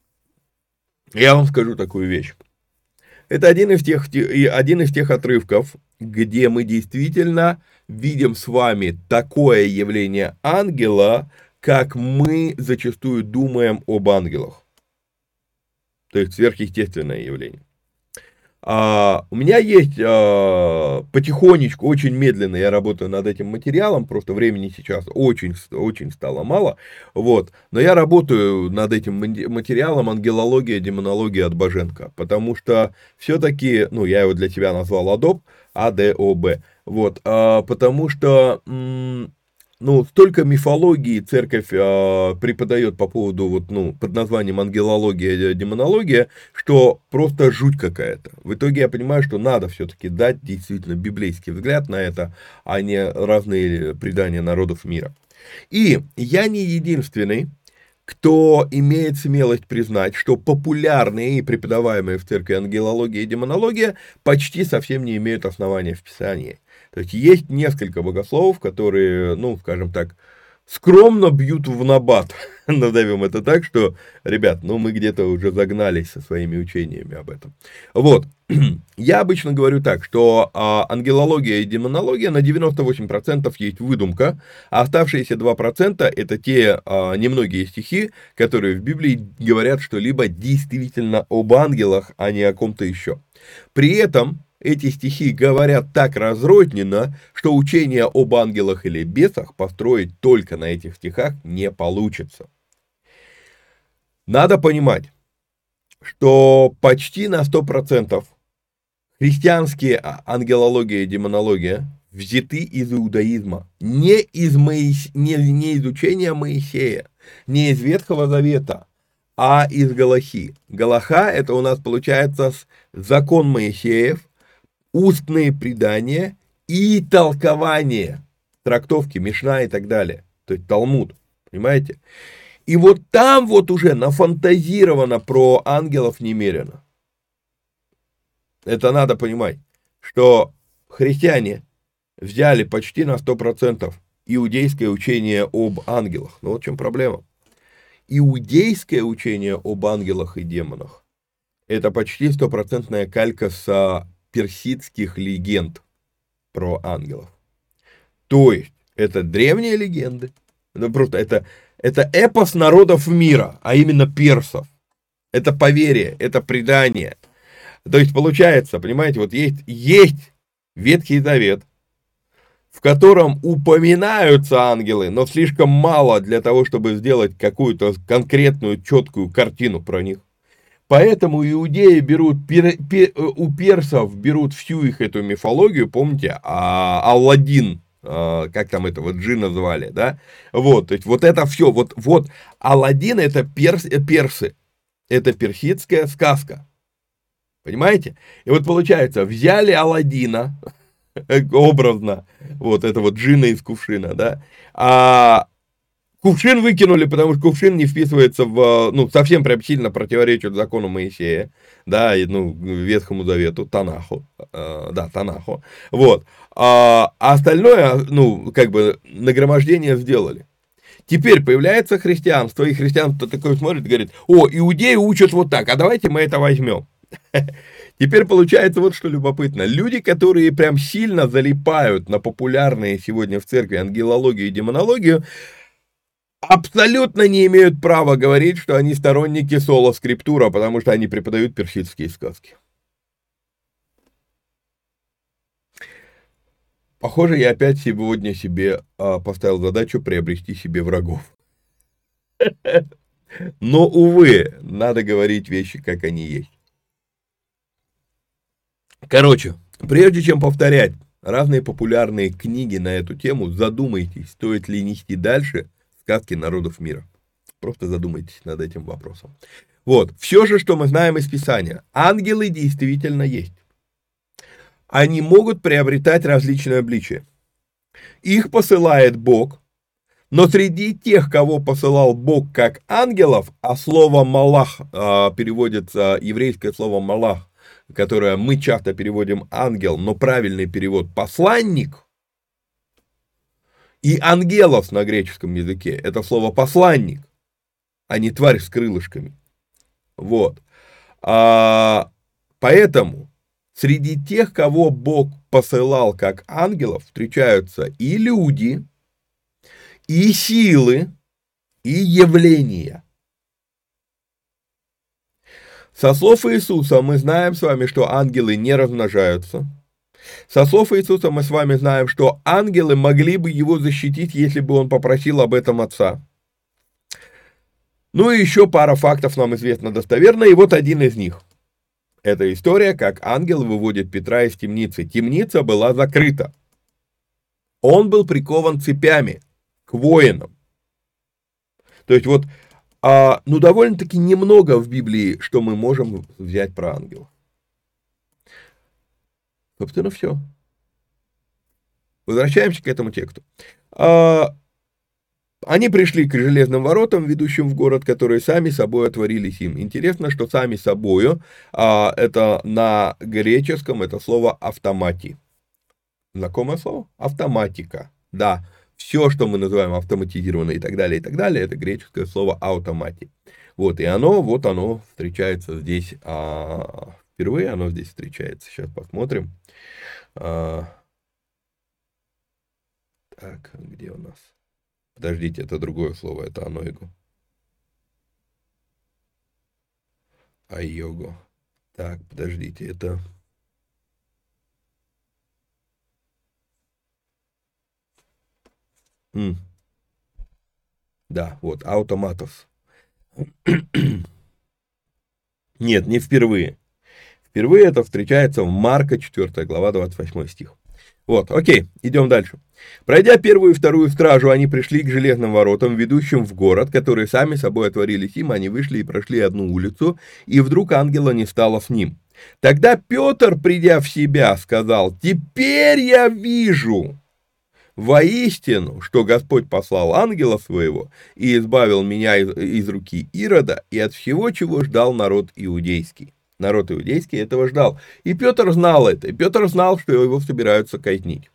вам скажу такую вещь. Это один из тех отрывков, где мы действительно видим с вами такое явление ангела, как мы зачастую думаем об ангелах. То есть сверхъестественное явление. У меня есть потихонечку, очень медленно я работаю над этим материалом, просто времени сейчас очень стало мало, вот, но я работаю над этим материалом «Ангелология, демонология» от Боженко, потому что все-таки, я его для тебя назвал ADOB, вот, потому что... столько мифологии церковь преподает по поводу под названием ангелология, демонология, что просто жуть какая-то. В итоге я понимаю, что надо все-таки дать действительно библейский взгляд на это, а не разные предания народов мира. И я не единственный, кто имеет смелость признать, что популярные и преподаваемые в церкви ангелология и демонология почти совсем не имеют основания в Писании. То есть несколько богословов, которые, скажем так, скромно бьют в набат, назовем это так, что, ребят, мы где-то уже загнались со своими учениями об этом. Вот, я обычно говорю так, что ангелология и демонология на 98% есть выдумка, а оставшиеся 2% это те немногие стихи, которые в Библии говорят что-либо действительно об ангелах, а не о ком-то еще. При этом эти стихи говорят так разрозненно, что учение об ангелах или бесах построить только на этих стихах не получится. Надо понимать, что почти на 100% христианские ангелология и демонология взяты из иудаизма, не из учения Моисея, не из Ветхого Завета, а из Галахи. Галаха — это у нас получается закон Моисеев, устные предания и толкование, трактовки, Мишна и так далее, то есть Талмуд, понимаете? И вот там вот уже нафантазировано про ангелов немерено. Это надо понимать, что христиане взяли почти на 100% иудейское учение об ангелах. Но вот в чем проблема. Иудейское учение об ангелах и демонах — это почти стопроцентная калька с персидских легенд про ангелов. То есть, это древние легенды, это эпос народов мира, а именно персов. Это поверье, это предание. То есть, получается, понимаете, вот есть Ветхий Завет, в котором упоминаются ангелы, но слишком мало для того, чтобы сделать какую-то конкретную, четкую картину про них. Поэтому иудеи берут, у персов берут всю их эту мифологию, помните, Алладин, как там этого джина звали, да? Вот, то есть вот это все, вот Алладин — это персы, это персидская сказка, понимаете? И вот получается, взяли Алладина, образно, вот это вот джина из кувшина, да, а кувшин выкинули, потому что кувшин не вписывается совсем прям сильно противоречит закону Моисея, да, Ветхому Завету, Танаху, Танаху, вот, а остальное, нагромождение сделали. Теперь появляется христианство, и христианство такое смотрит и говорит: иудеи учат вот так, а давайте мы это возьмем. Теперь получается вот что любопытно. Люди, которые прям сильно залипают на популярные сегодня в церкви ангелологию и демонологию, абсолютно не имеют права говорить, что они сторонники соло-скриптура, потому что они преподают персидские сказки. Похоже, я опять сегодня себе поставил задачу приобрести себе врагов. Но, увы, надо говорить вещи, как они есть. Короче, прежде чем повторять разные популярные книги на эту тему, задумайтесь, стоит ли нести дальше сказки народов мира. Просто задумайтесь над этим вопросом. Вот, все же, что мы знаем из Писания. Ангелы действительно есть. Они могут приобретать различные обличия. Их посылает Бог, но среди тех, кого посылал Бог как ангелов, а слово «малах» переводится, еврейское слово «малах», которое мы часто переводим ангел, но правильный перевод посланник, и ангелос на греческом языке — это слово посланник, а не тварь с крылышками. Вот. Поэтому среди тех, кого Бог посылал как ангелов, встречаются и люди, и силы, и явления. Со слов Иисуса мы знаем с вами, что ангелы не размножаются. Со слов Иисуса мы с вами знаем, что ангелы могли бы его защитить, если бы он попросил об этом Отца. Ну и еще пара фактов нам известна достоверно, и вот один из них. Это история, как ангел выводит Петра из темницы. Темница была закрыта. Он был прикован цепями к воинам. То есть вот довольно-таки немного в Библии, что мы можем взять про ангелов. Собственно, все. Возвращаемся к этому тексту. Они пришли к железным воротам, ведущим в город, которые сами собой отворились им. Интересно, что сами собою, это на греческом, это слово автомати. Знакомое слово? Автоматика. Да. Все, что мы называем автоматизированно и так далее, это греческое слово «аутомати». Вот, и оно встречается здесь, впервые оно здесь встречается. Сейчас посмотрим. Так, где у нас? Подождите, это другое слово, это анойго. Айого. Так, подождите, это... Да, вот, аутоматос. Нет, не впервые. Впервые это встречается в Марка 4 глава 28 стих. Вот, окей, идем дальше. Пройдя первую и вторую стражу, они пришли к железным воротам, ведущим в город, которые сами собой отворились им, они вышли и прошли одну улицу, и вдруг ангела не стало с ним. Тогда Петр, придя в себя, сказал: «Теперь я вижу воистину, что Господь послал ангела своего и избавил меня из руки Ирода и от всего, чего ждал народ иудейский». Народ иудейский этого ждал. И Петр знал это. И Петр знал, что его собираются казнить.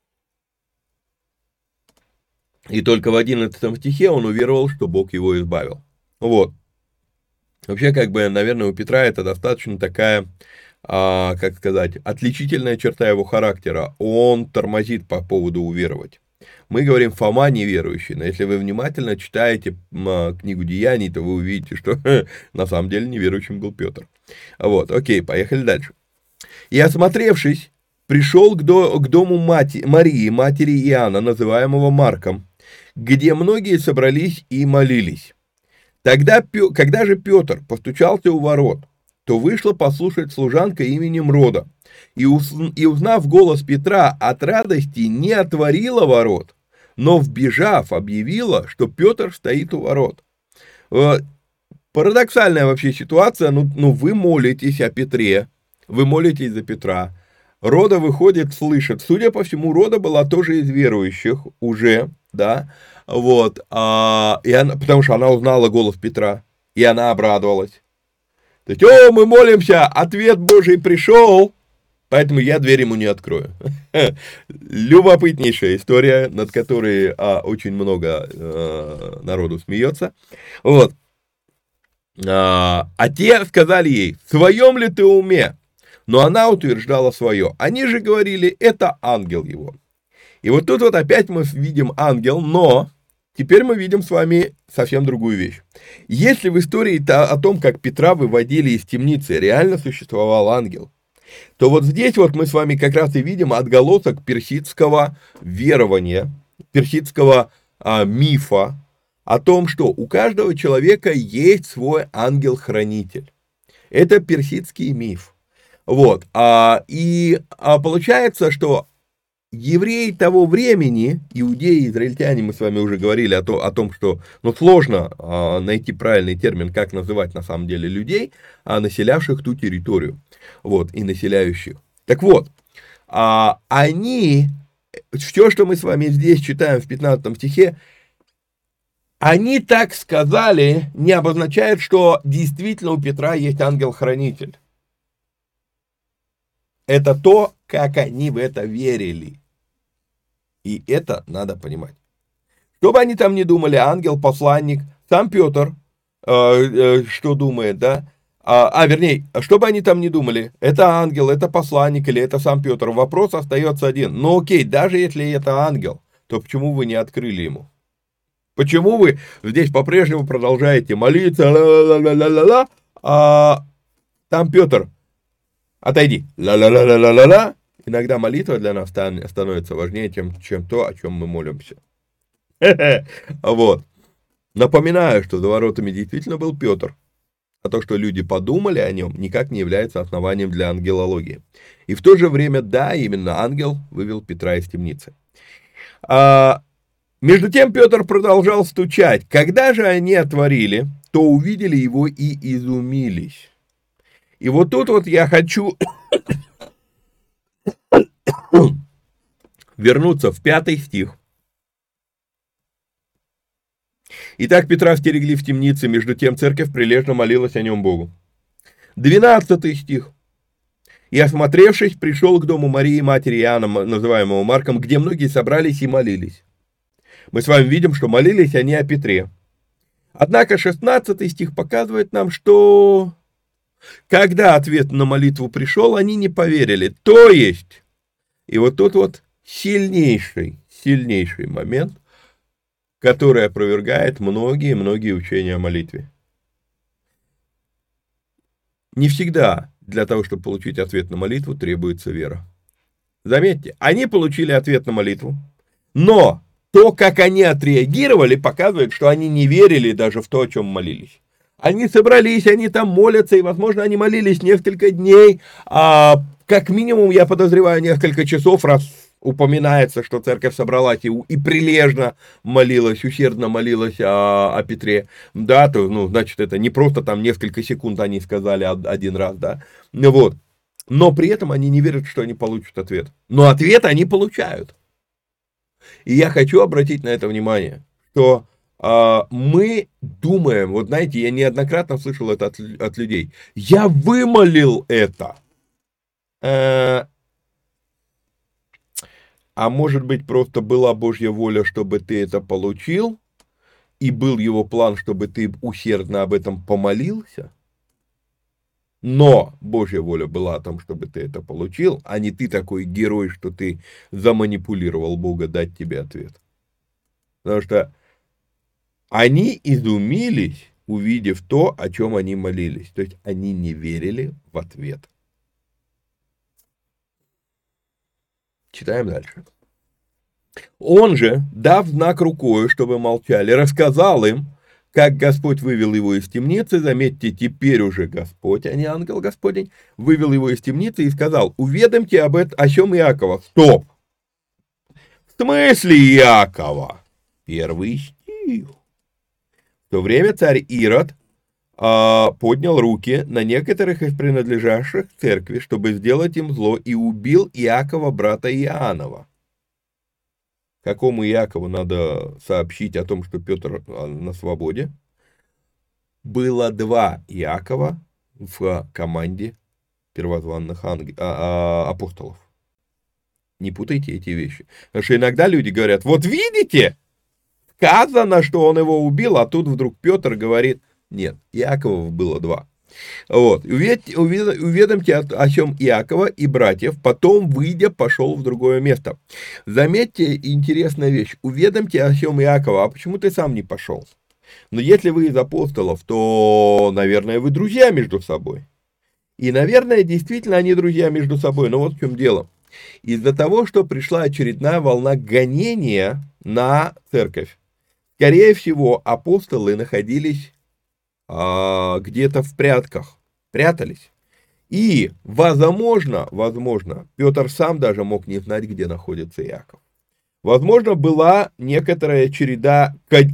И только в 11 стихе он уверовал, что Бог его избавил. Вот. Вообще, наверное, у Петра это достаточно такая, как сказать, отличительная черта его характера. Он тормозит по поводу уверовать. Мы говорим Фома неверующий, но если вы внимательно читаете книгу Деяний, то вы увидите, что на самом деле неверующим был Петр. Вот, окей, поехали дальше. «И, осмотревшись, пришел к дому Марии, матери Иоанна, называемого Марком, где многие собрались и молились. Когда же Петр постучался у ворот, то вышла послушать служанка именем Рода, и, узнав голос Петра, от радости не отворила ворот, но, вбежав, объявила, что Петр стоит у ворот». Парадоксальная вообще ситуация, вы молитесь о Петре, вы молитесь за Петра, Рода выходит, слышит, судя по всему, Рода была тоже из верующих уже, да, вот, потому что она узнала голос Петра, и она обрадовалась. То есть, мы молимся, ответ Божий пришел, поэтому я дверь ему не открою. Любопытнейшая история, над которой очень много народу смеется. Вот. А те сказали ей: «В своем ли ты уме?» Но она утверждала свое. Они же говорили: «Это ангел его». И вот тут вот опять мы видим ангел, но теперь мы видим с вами совсем другую вещь. Если в истории о том, как Петра выводили из темницы, реально существовал ангел, то вот здесь вот мы с вами как раз и видим отголосок персидского верования, персидского мифа о том, что у каждого человека есть свой ангел-хранитель. Это персидский миф. Вот. Получается, что евреи того времени, иудеи, израильтяне, мы с вами уже говорили о том, что сложно найти правильный термин, как называть на самом деле людей, населявших ту территорию, вот, и населяющих. Так вот, они, все, что мы с вами здесь читаем в 15 стихе, они так сказали, не обозначает, что действительно у Петра есть ангел-хранитель. Это то, как они в это верили. И это надо понимать. Что бы они там ни думали, ангел, посланник, сам Петр, что думает, да? Вернее, что бы они там ни думали, это ангел, это посланник или это сам Петр, вопрос остается один. Ну окей, даже если это ангел, то почему вы не открыли ему? Почему вы здесь по-прежнему продолжаете молиться, ла-ла-ла-ла-ла-ла, а там Петр: «Отойди, ла-ла-ла-ла-ла-ла». Иногда молитва для нас становится важнее, чем то, о чем мы молимся. Вот. Напоминаю, что за воротами действительно был Петр, а то, что люди подумали о нем, никак не является основанием для ангелологии. И в то же время, да, именно ангел вывел Петра из темницы. Между тем Петр продолжал стучать. Когда же они отворили, то увидели его и изумились. И вот тут вот я хочу вернуться в 5 стих. Итак, Петра стерегли в темнице, между тем церковь прилежно молилась о нем Богу. 12 стих. «И, осмотревшись, пришел к дому Марии, матери Иоанна, называемого Марком, где многие собрались и молились». Мы с вами видим, что молились они о Петре. Однако 16 стих показывает нам, что когда ответ на молитву пришел, они не поверили. То есть, и вот тут вот сильнейший момент, который опровергает многие учения о молитве. Не всегда для того, чтобы получить ответ на молитву, требуется вера. Заметьте, они получили ответ на молитву, но то, как они отреагировали, показывает, что они не верили даже в то, о чем молились. Они собрались, они там молятся, и, возможно, они молились несколько дней, как минимум, я подозреваю, несколько часов, раз упоминается, что церковь собралась и прилежно молилась, усердно молилась о Петре, да, то, ну, значит, это не просто там несколько секунд они сказали один раз, да, ну вот, но при этом они не верят, что они получат ответ, но ответ они получают. И я хочу обратить на это внимание, что мы думаем, вот знаете, я неоднократно слышал это от людей, я вымолил это, а может быть, просто была Божья воля, чтобы ты это получил, и был его план, чтобы ты усердно об этом помолился, но Божья воля была о том, чтобы ты это получил, а не ты такой герой, что ты заманипулировал Бога дать тебе ответ. Потому что они изумились, увидев то, о чем они молились. То есть они не верили в ответ. Читаем дальше. Он же, дав знак рукою, чтобы молчали, рассказал им, как Господь вывел его из темницы. Заметьте, теперь уже Господь, а не ангел Господень, вывел его из темницы и сказал: уведомьте о чем Иакова. Стоп! В смысле Иакова? Первый стих. В то время царь Ирод поднял руки на некоторых из принадлежавших церкви, чтобы сделать им зло, и убил Иакова, брата Иоаннова. Какому Иакову надо сообщить о том, что Петр на свободе? Было два Иакова в команде первозванных апостолов. Не путайте эти вещи. Потому что иногда люди говорят: вот видите, сказано, что он его убил, а тут вдруг Петр говорит: нет, Иаковов было два. Вот. Уведомьте о чем Иакова и братьев, потом, выйдя, пошел в другое место. Заметьте, интересная вещь. Уведомьте о чем Иакова, а почему ты сам не пошел? Но если вы из апостолов, то, наверное, вы друзья между собой. И, наверное, действительно они друзья между собой. Но вот в чем дело. Из-за того, что пришла очередная волна гонения на церковь, скорее всего, апостолы находились где-то в прятках, прятались. И, возможно, Петр сам даже мог не знать, где находится Иаков. Возможно, была некоторая череда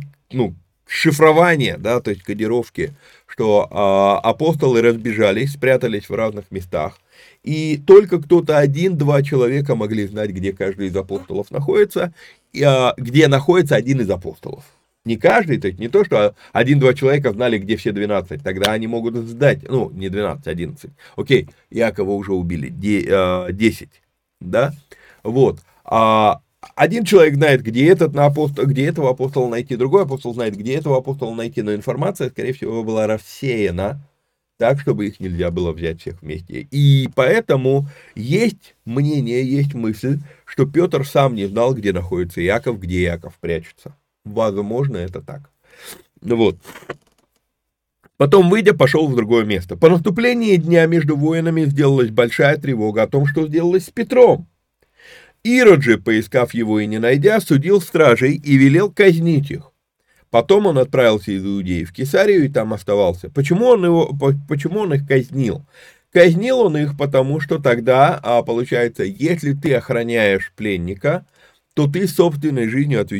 шифрования, да, то есть кодировки, что апостолы разбежались, спрятались в разных местах, и только кто-то один-два человека могли знать, где каждый из апостолов находится, где находится один из апостолов. Не каждый, то есть не то, что один-два человека знали, где все 12, тогда они могут сдать, не 12, 11. Окей, Иакова уже убили, 10, да, вот. Один человек знает, где этого апостола найти, другой апостол знает, где этого апостола найти, но информация, скорее всего, была рассеяна так, чтобы их нельзя было взять всех вместе. И поэтому есть мнение, есть мысль, что Петр сам не знал, где находится Иаков, где Иаков прячется. Возможно, это так. Вот. Потом, выйдя, пошел в другое место. По наступлении дня между воинами сделалась большая тревога о том, что сделалось с Петром. Ирод же, поискав его и не найдя, судил стражей и велел казнить их. Потом он отправился из Иудеи в Кесарию и там оставался. Почему он их казнил? Казнил он их, потому что тогда, получается, если ты охраняешь пленника, то ты собственной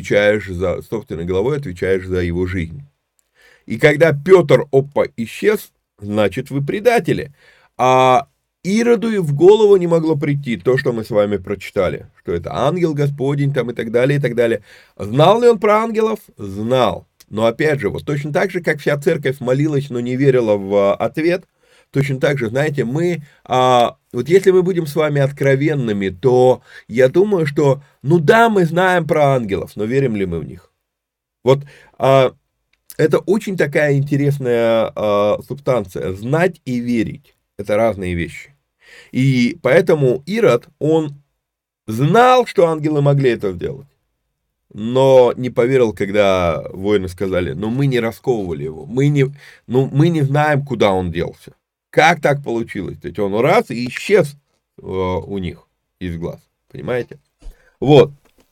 головой отвечаешь за его жизнь. И когда Петр исчез, значит, вы предатели. А Ироду и в голову не могло прийти то, что мы с вами прочитали, что это ангел Господень там и так далее, и так далее. Знал ли он про ангелов? Знал. Но опять же, вот точно так же, как вся церковь молилась, но не верила в ответ, точно так же, знаете, вот если мы будем с вами откровенными, то я думаю, что, мы знаем про ангелов, но верим ли мы в них? Вот это очень такая интересная субстанция. Знать и верить – это разные вещи. И поэтому Ирод, он знал, что ангелы могли это сделать, но не поверил, когда воины сказали: мы не расковывали его, мы не знаем, куда он делся. Как так получилось? То есть он раз и исчез у них из глаз. Понимаете? Вот.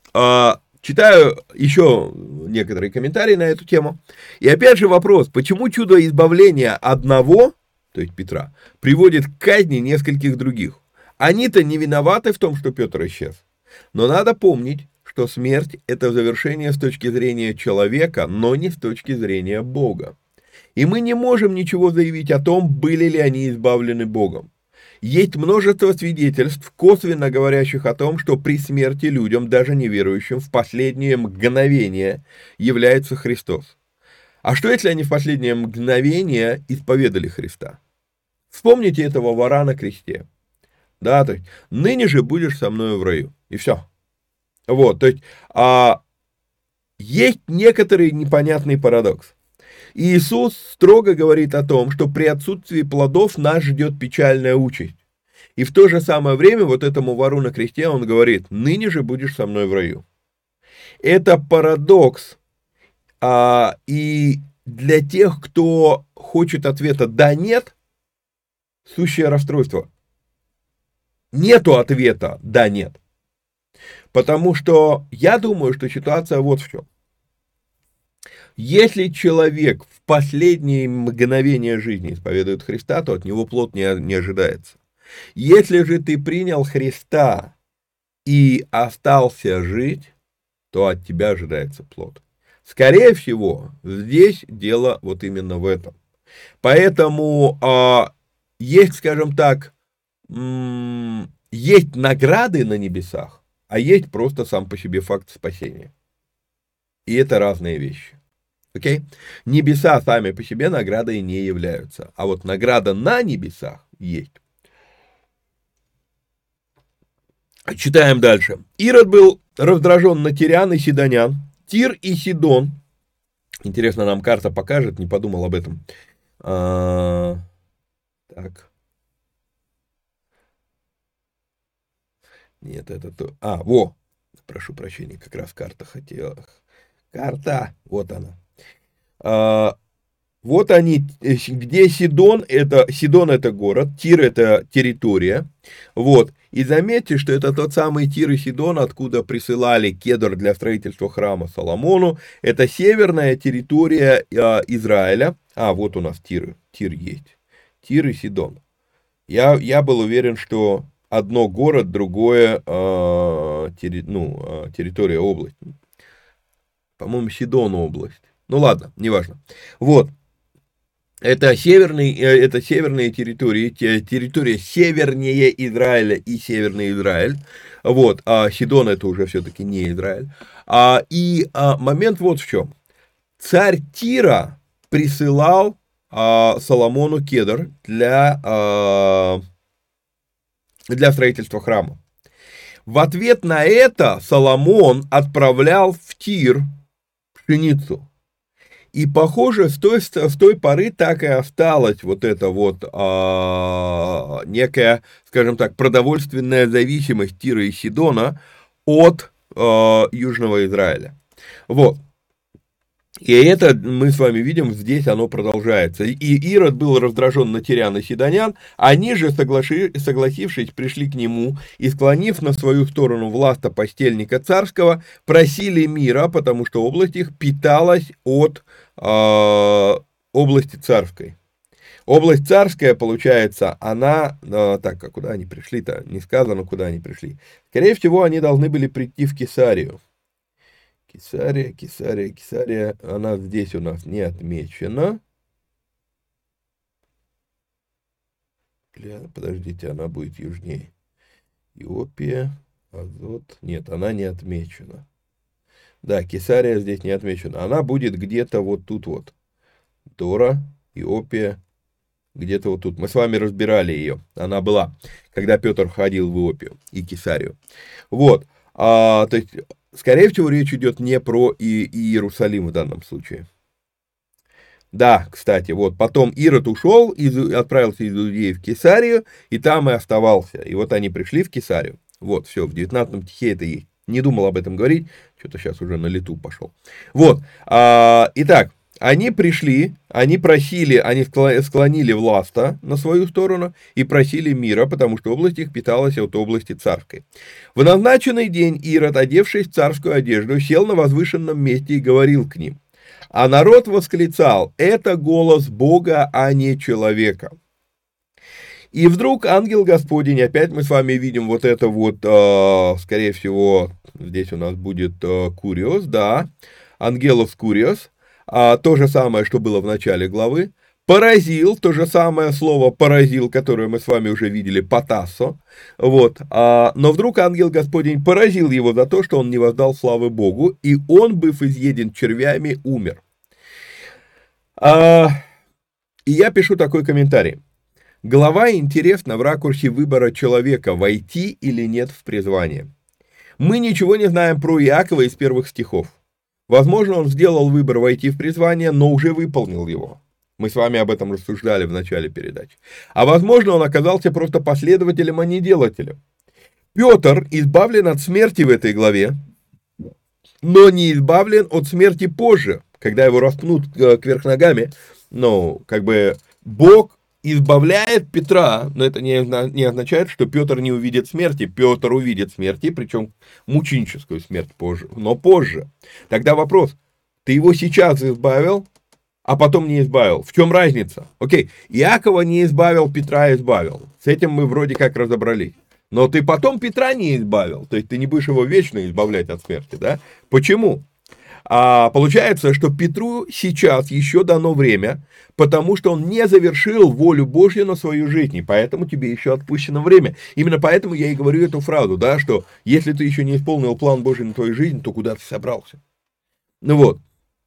Читаю еще некоторые комментарии на эту тему. И опять же вопрос, почему чудо избавления одного, то есть Петра, приводит к казни нескольких других? Они-то не виноваты в том, что Петр исчез. Но надо помнить, что смерть – это завершение с точки зрения человека, но не с точки зрения Бога. И мы не можем ничего заявить о том, были ли они избавлены Богом. Есть множество свидетельств, косвенно говорящих о том, что при смерти людям, даже неверующим, в последнее мгновение является Христос. А что, если они в последнее мгновение исповедали Христа? Вспомните этого вора на кресте. Да, то есть, ныне же будешь со мною в раю. И все. Вот, то есть, есть некоторый непонятный парадокс. Иисус строго говорит о том, что при отсутствии плодов нас ждет печальная участь. И в то же самое время вот этому вору на кресте он говорит: ныне же будешь со мной в раю. Это парадокс. И для тех, кто хочет ответа «да-нет», сущее расстройство. Нету ответа «да-нет». Потому что я думаю, что ситуация вот в чем. Если человек в последние мгновения жизни исповедует Христа, то от него плод не ожидается. Если же ты принял Христа и остался жить, то от тебя ожидается плод. Скорее всего, здесь дело вот именно в этом. Поэтому есть, скажем так, есть награды на небесах, а есть просто сам по себе факт спасения. И это разные вещи. Окей? Небеса сами по себе наградой не являются, а вот награда на небесах есть. Читаем дальше. Ирод был раздражен на тирян и сидонян. Тир и Сидон. Интересно, нам карта покажет, не подумал об этом. Так. Нет, это то. Прошу прощения, как раз карта хотела. Карта, вот она. Вот они, где Сидон это город, Тир это территория. Вот. И заметьте, что это тот самый Тир и Сидон, откуда присылали кедр для строительства храма Соломону. Это северная территория Израиля. Вот у нас Тир есть. Тир и Сидон. Я был уверен, что одно город, другое территория, область. По-моему, Сидон область. Ну ладно, неважно. Вот. Это северные территории, территория севернее Израиля и Северный Израиль. Вот, Сидон это уже все-таки не Израиль. Момент вот в чем. Царь Тира присылал Соломону кедр для строительства храма. В ответ на это Соломон отправлял в Тир пшеницу. И, похоже, с той поры так и осталась вот эта вот некая, скажем так, продовольственная зависимость Тира и Сидона от Южного Израиля. Вот. И это мы с вами видим, здесь оно продолжается. И Ирод был раздражен на тирян и сидонян, они же, согласившись, пришли к нему и, склонив на свою сторону власта постельника царского, просили мира, потому что область их питалась от области царской. Область царская, получается, она, куда они пришли-то, не сказано, куда они пришли. Скорее всего, они должны были прийти в Кесарию. Кесария, она здесь у нас не отмечена. Подождите, она будет южнее. Иопия, Азот, нет, она не отмечена. Да, Кесария здесь не отмечена. Она будет где-то вот тут вот. Дора, Иопия, где-то вот тут. Мы с вами разбирали ее. Она была, когда Петр ходил в Иопию и Кесарию. Вот, то есть... Скорее всего, речь идет не про Иерусалим в данном случае. Да, кстати, вот потом Ирод ушел, отправился из Иудеи в Кесарию, и там и оставался. И вот они пришли в Кесарию. Вот, все, в 19 стихе это есть. Не думал об этом говорить, что-то сейчас уже на лету пошел. Вот, итак, они пришли, они просили, они склонили власта на свою сторону и просили мира, потому что область их питалась от области царской. В назначенный день Ирод, одевшись в царскую одежду, сел на возвышенном месте и говорил к ним. А народ восклицал: это голос Бога, а не человека. И вдруг ангел Господень, опять мы с вами видим вот это вот, скорее всего, здесь у нас будет куриос, да, ангелос куриос, то же самое, что было в начале главы, поразил, то же самое слово поразил, которое мы с вами уже видели, потасо, вот, но вдруг ангел Господень поразил его за то, что он не воздал славы Богу, и он, быв изъеден червями, умер. И я пишу такой комментарий. Глава интересна в ракурсе выбора человека, войти или нет в призвание. Мы ничего не знаем про Иакова из первых стихов. Возможно, он сделал выбор войти в призвание, но уже выполнил его. Мы с вами об этом рассуждали в начале передачи. А возможно, он оказался просто последователем, а не делателем. Петр избавлен от смерти в этой главе, но не избавлен от смерти позже, когда его распнут кверх ногами. Ну, как бы Бог избавляет Петра, но это не означает, что Петр не увидит смерти. Петр увидит смерти, причем мученическую смерть позже, но позже. Тогда вопрос, ты его сейчас избавил, а потом не избавил. В чем разница? Окей, Иакова не избавил, Петра избавил. С этим мы вроде как разобрались. Но ты потом Петра не избавил, то есть ты не будешь его вечно избавлять от смерти, да? Почему? Получается, что Петру сейчас еще дано время, потому что он не завершил волю Божью на свою жизнь, и поэтому тебе еще отпущено время. Именно поэтому я и говорю эту фразу, да, что если ты еще не исполнил план Божий на твою жизнь, то куда ты собрался? Ну вот.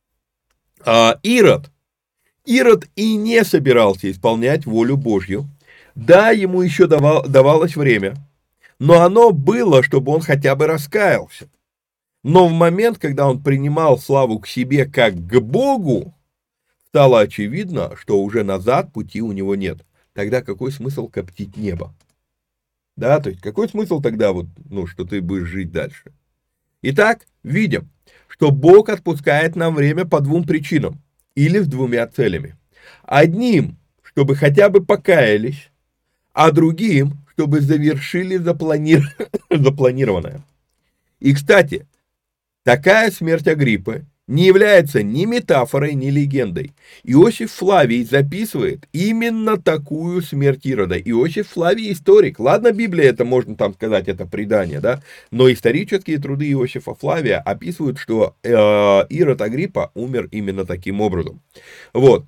Ирод и не собирался исполнять волю Божью. Да, ему еще давалось время, но оно было, чтобы он хотя бы раскаялся. Но в момент, когда он принимал славу к себе как к Богу, стало очевидно, что уже назад пути у него нет. Тогда какой смысл коптить небо? Да, то есть какой смысл тогда, вот, что ты будешь жить дальше? Итак, видим, что Бог отпускает нам время по двум причинам, или с двумя целями. Одним, чтобы хотя бы покаялись, а другим, чтобы завершили запланированное. И, кстати, такая смерть Агриппы не является ни метафорой, ни легендой. Иосиф Флавий записывает именно такую смерть Ирода. Иосиф Флавий историк. Ладно, Библия, это можно там сказать, это предание, да? Но исторические труды Иосифа Флавия описывают, что Ирод Агриппа умер именно таким образом. Вот.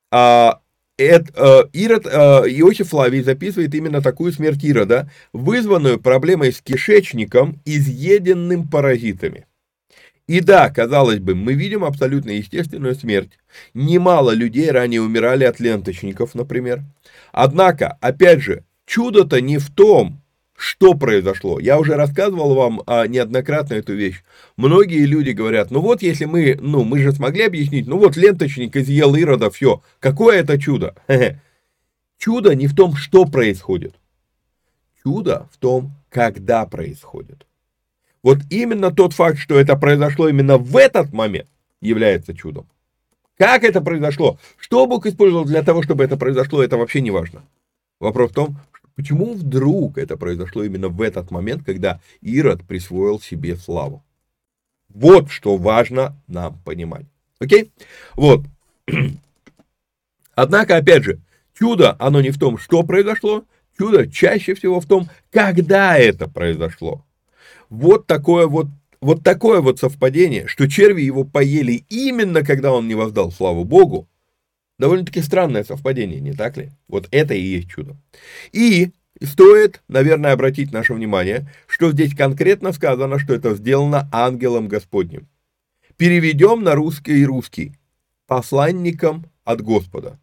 Иосиф Флавий записывает именно такую смерть Ирода, вызванную проблемой с кишечником, изъеденным паразитами. И да, казалось бы, мы видим абсолютно естественную смерть. Немало людей ранее умирали от ленточников, например. Однако, опять же, чудо-то не в том, что произошло. Я уже рассказывал вам неоднократно эту вещь. Многие люди говорят, если мы же смогли объяснить, ленточник изъел Ирода, все, какое это чудо? Чудо не в том, что происходит. Чудо в том, когда происходит. Вот именно тот факт, что это произошло именно в этот момент, является чудом. Как это произошло? Что Бог использовал для того, чтобы это произошло, это вообще не важно. Вопрос в том, почему вдруг это произошло именно в этот момент, когда Ирод присвоил себе славу. Вот что важно нам понимать. Окей? Вот. Однако, опять же, чудо, оно не в том, что произошло, чудо чаще всего в том, когда это произошло. Вот такое совпадение, что черви его поели именно когда он не воздал славу Богу, довольно-таки странное совпадение, не так ли? Вот это и есть чудо. И стоит, наверное, обратить наше внимание, что здесь конкретно сказано, что это сделано ангелом Господним. Переведем на русский. Посланником от Господа.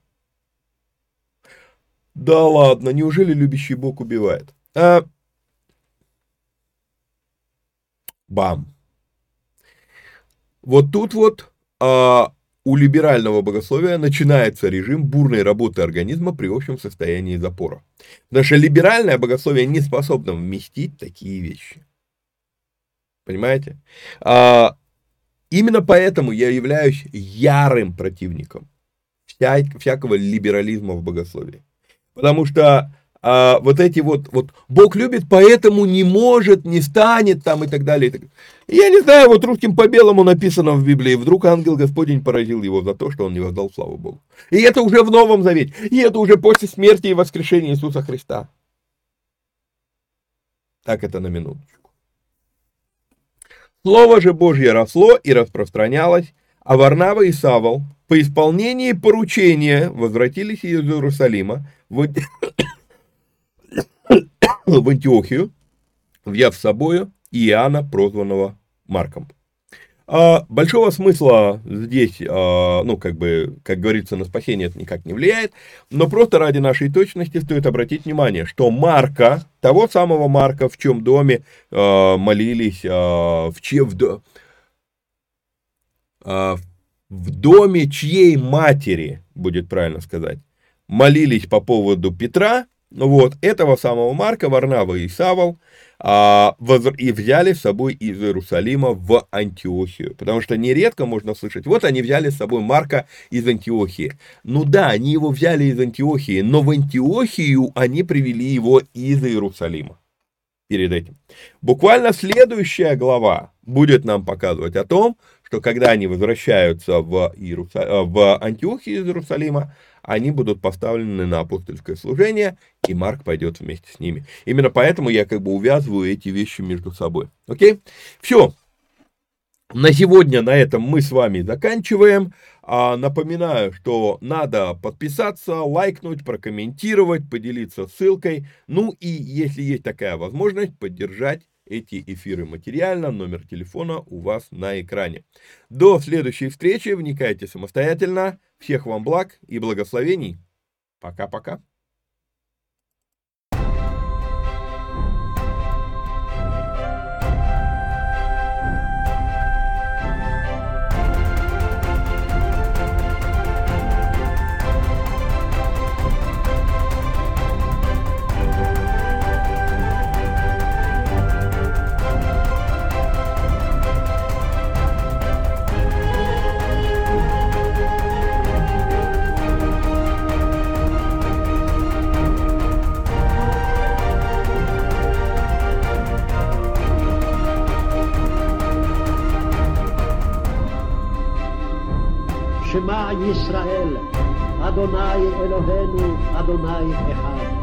Да ладно, неужели любящий Бог убивает? Бам. Вот тут у либерального богословия начинается режим бурной работы организма при общем состоянии запора. Потому что либеральное богословие не способно вместить такие вещи. Понимаете? Именно поэтому я являюсь ярым противником всякого либерализма в богословии. Потому что вот эти вот Бог любит, поэтому не может, не станет там и так далее. И я не знаю, вот русским по белому написано в Библии, вдруг ангел Господень поразил его за то, что он не воздал славу Богу. И это уже в Новом Завете, и это уже после смерти и воскрешения Иисуса Христа. Так это на минуточку. Слово же Божье росло и распространялось, а Варнава и Савл по исполнении поручения возвратились из Иерусалима в Антиохию, взяв с собою Иоанна, прозванного Марком. Большого смысла здесь, как говорится, на спасение это никак не влияет, но просто ради нашей точности стоит обратить внимание, что Марка, того самого Марка, в чем доме молились, в доме чьей матери, будет правильно сказать, молились по поводу Петра, вот, этого самого Марка, Варнава и Савл, и взяли с собой из Иерусалима в Антиохию. Потому что нередко можно слышать, вот они взяли с собой Марка из Антиохии. Ну да, они его взяли из Антиохии, но в Антиохию они привели его из Иерусалима. Перед этим. Буквально следующая глава будет нам показывать о том, что когда они возвращаются в Антиохию из Иерусалима, они будут поставлены на апостольское служение, и Марк пойдет вместе с ними. Именно поэтому я увязываю эти вещи между собой. Окей? Все. На сегодня на этом мы с вами заканчиваем. Напоминаю, что надо подписаться, лайкнуть, прокомментировать, поделиться ссылкой. Ну и если есть такая возможность, поддержать эти эфиры материально. Номер телефона у вас на экране. До следующей встречи. Вникайте самостоятельно. Всех вам благ и благословений. Пока-пока. שמע ישראל, אדוני אלוהינו, אדוני אחד.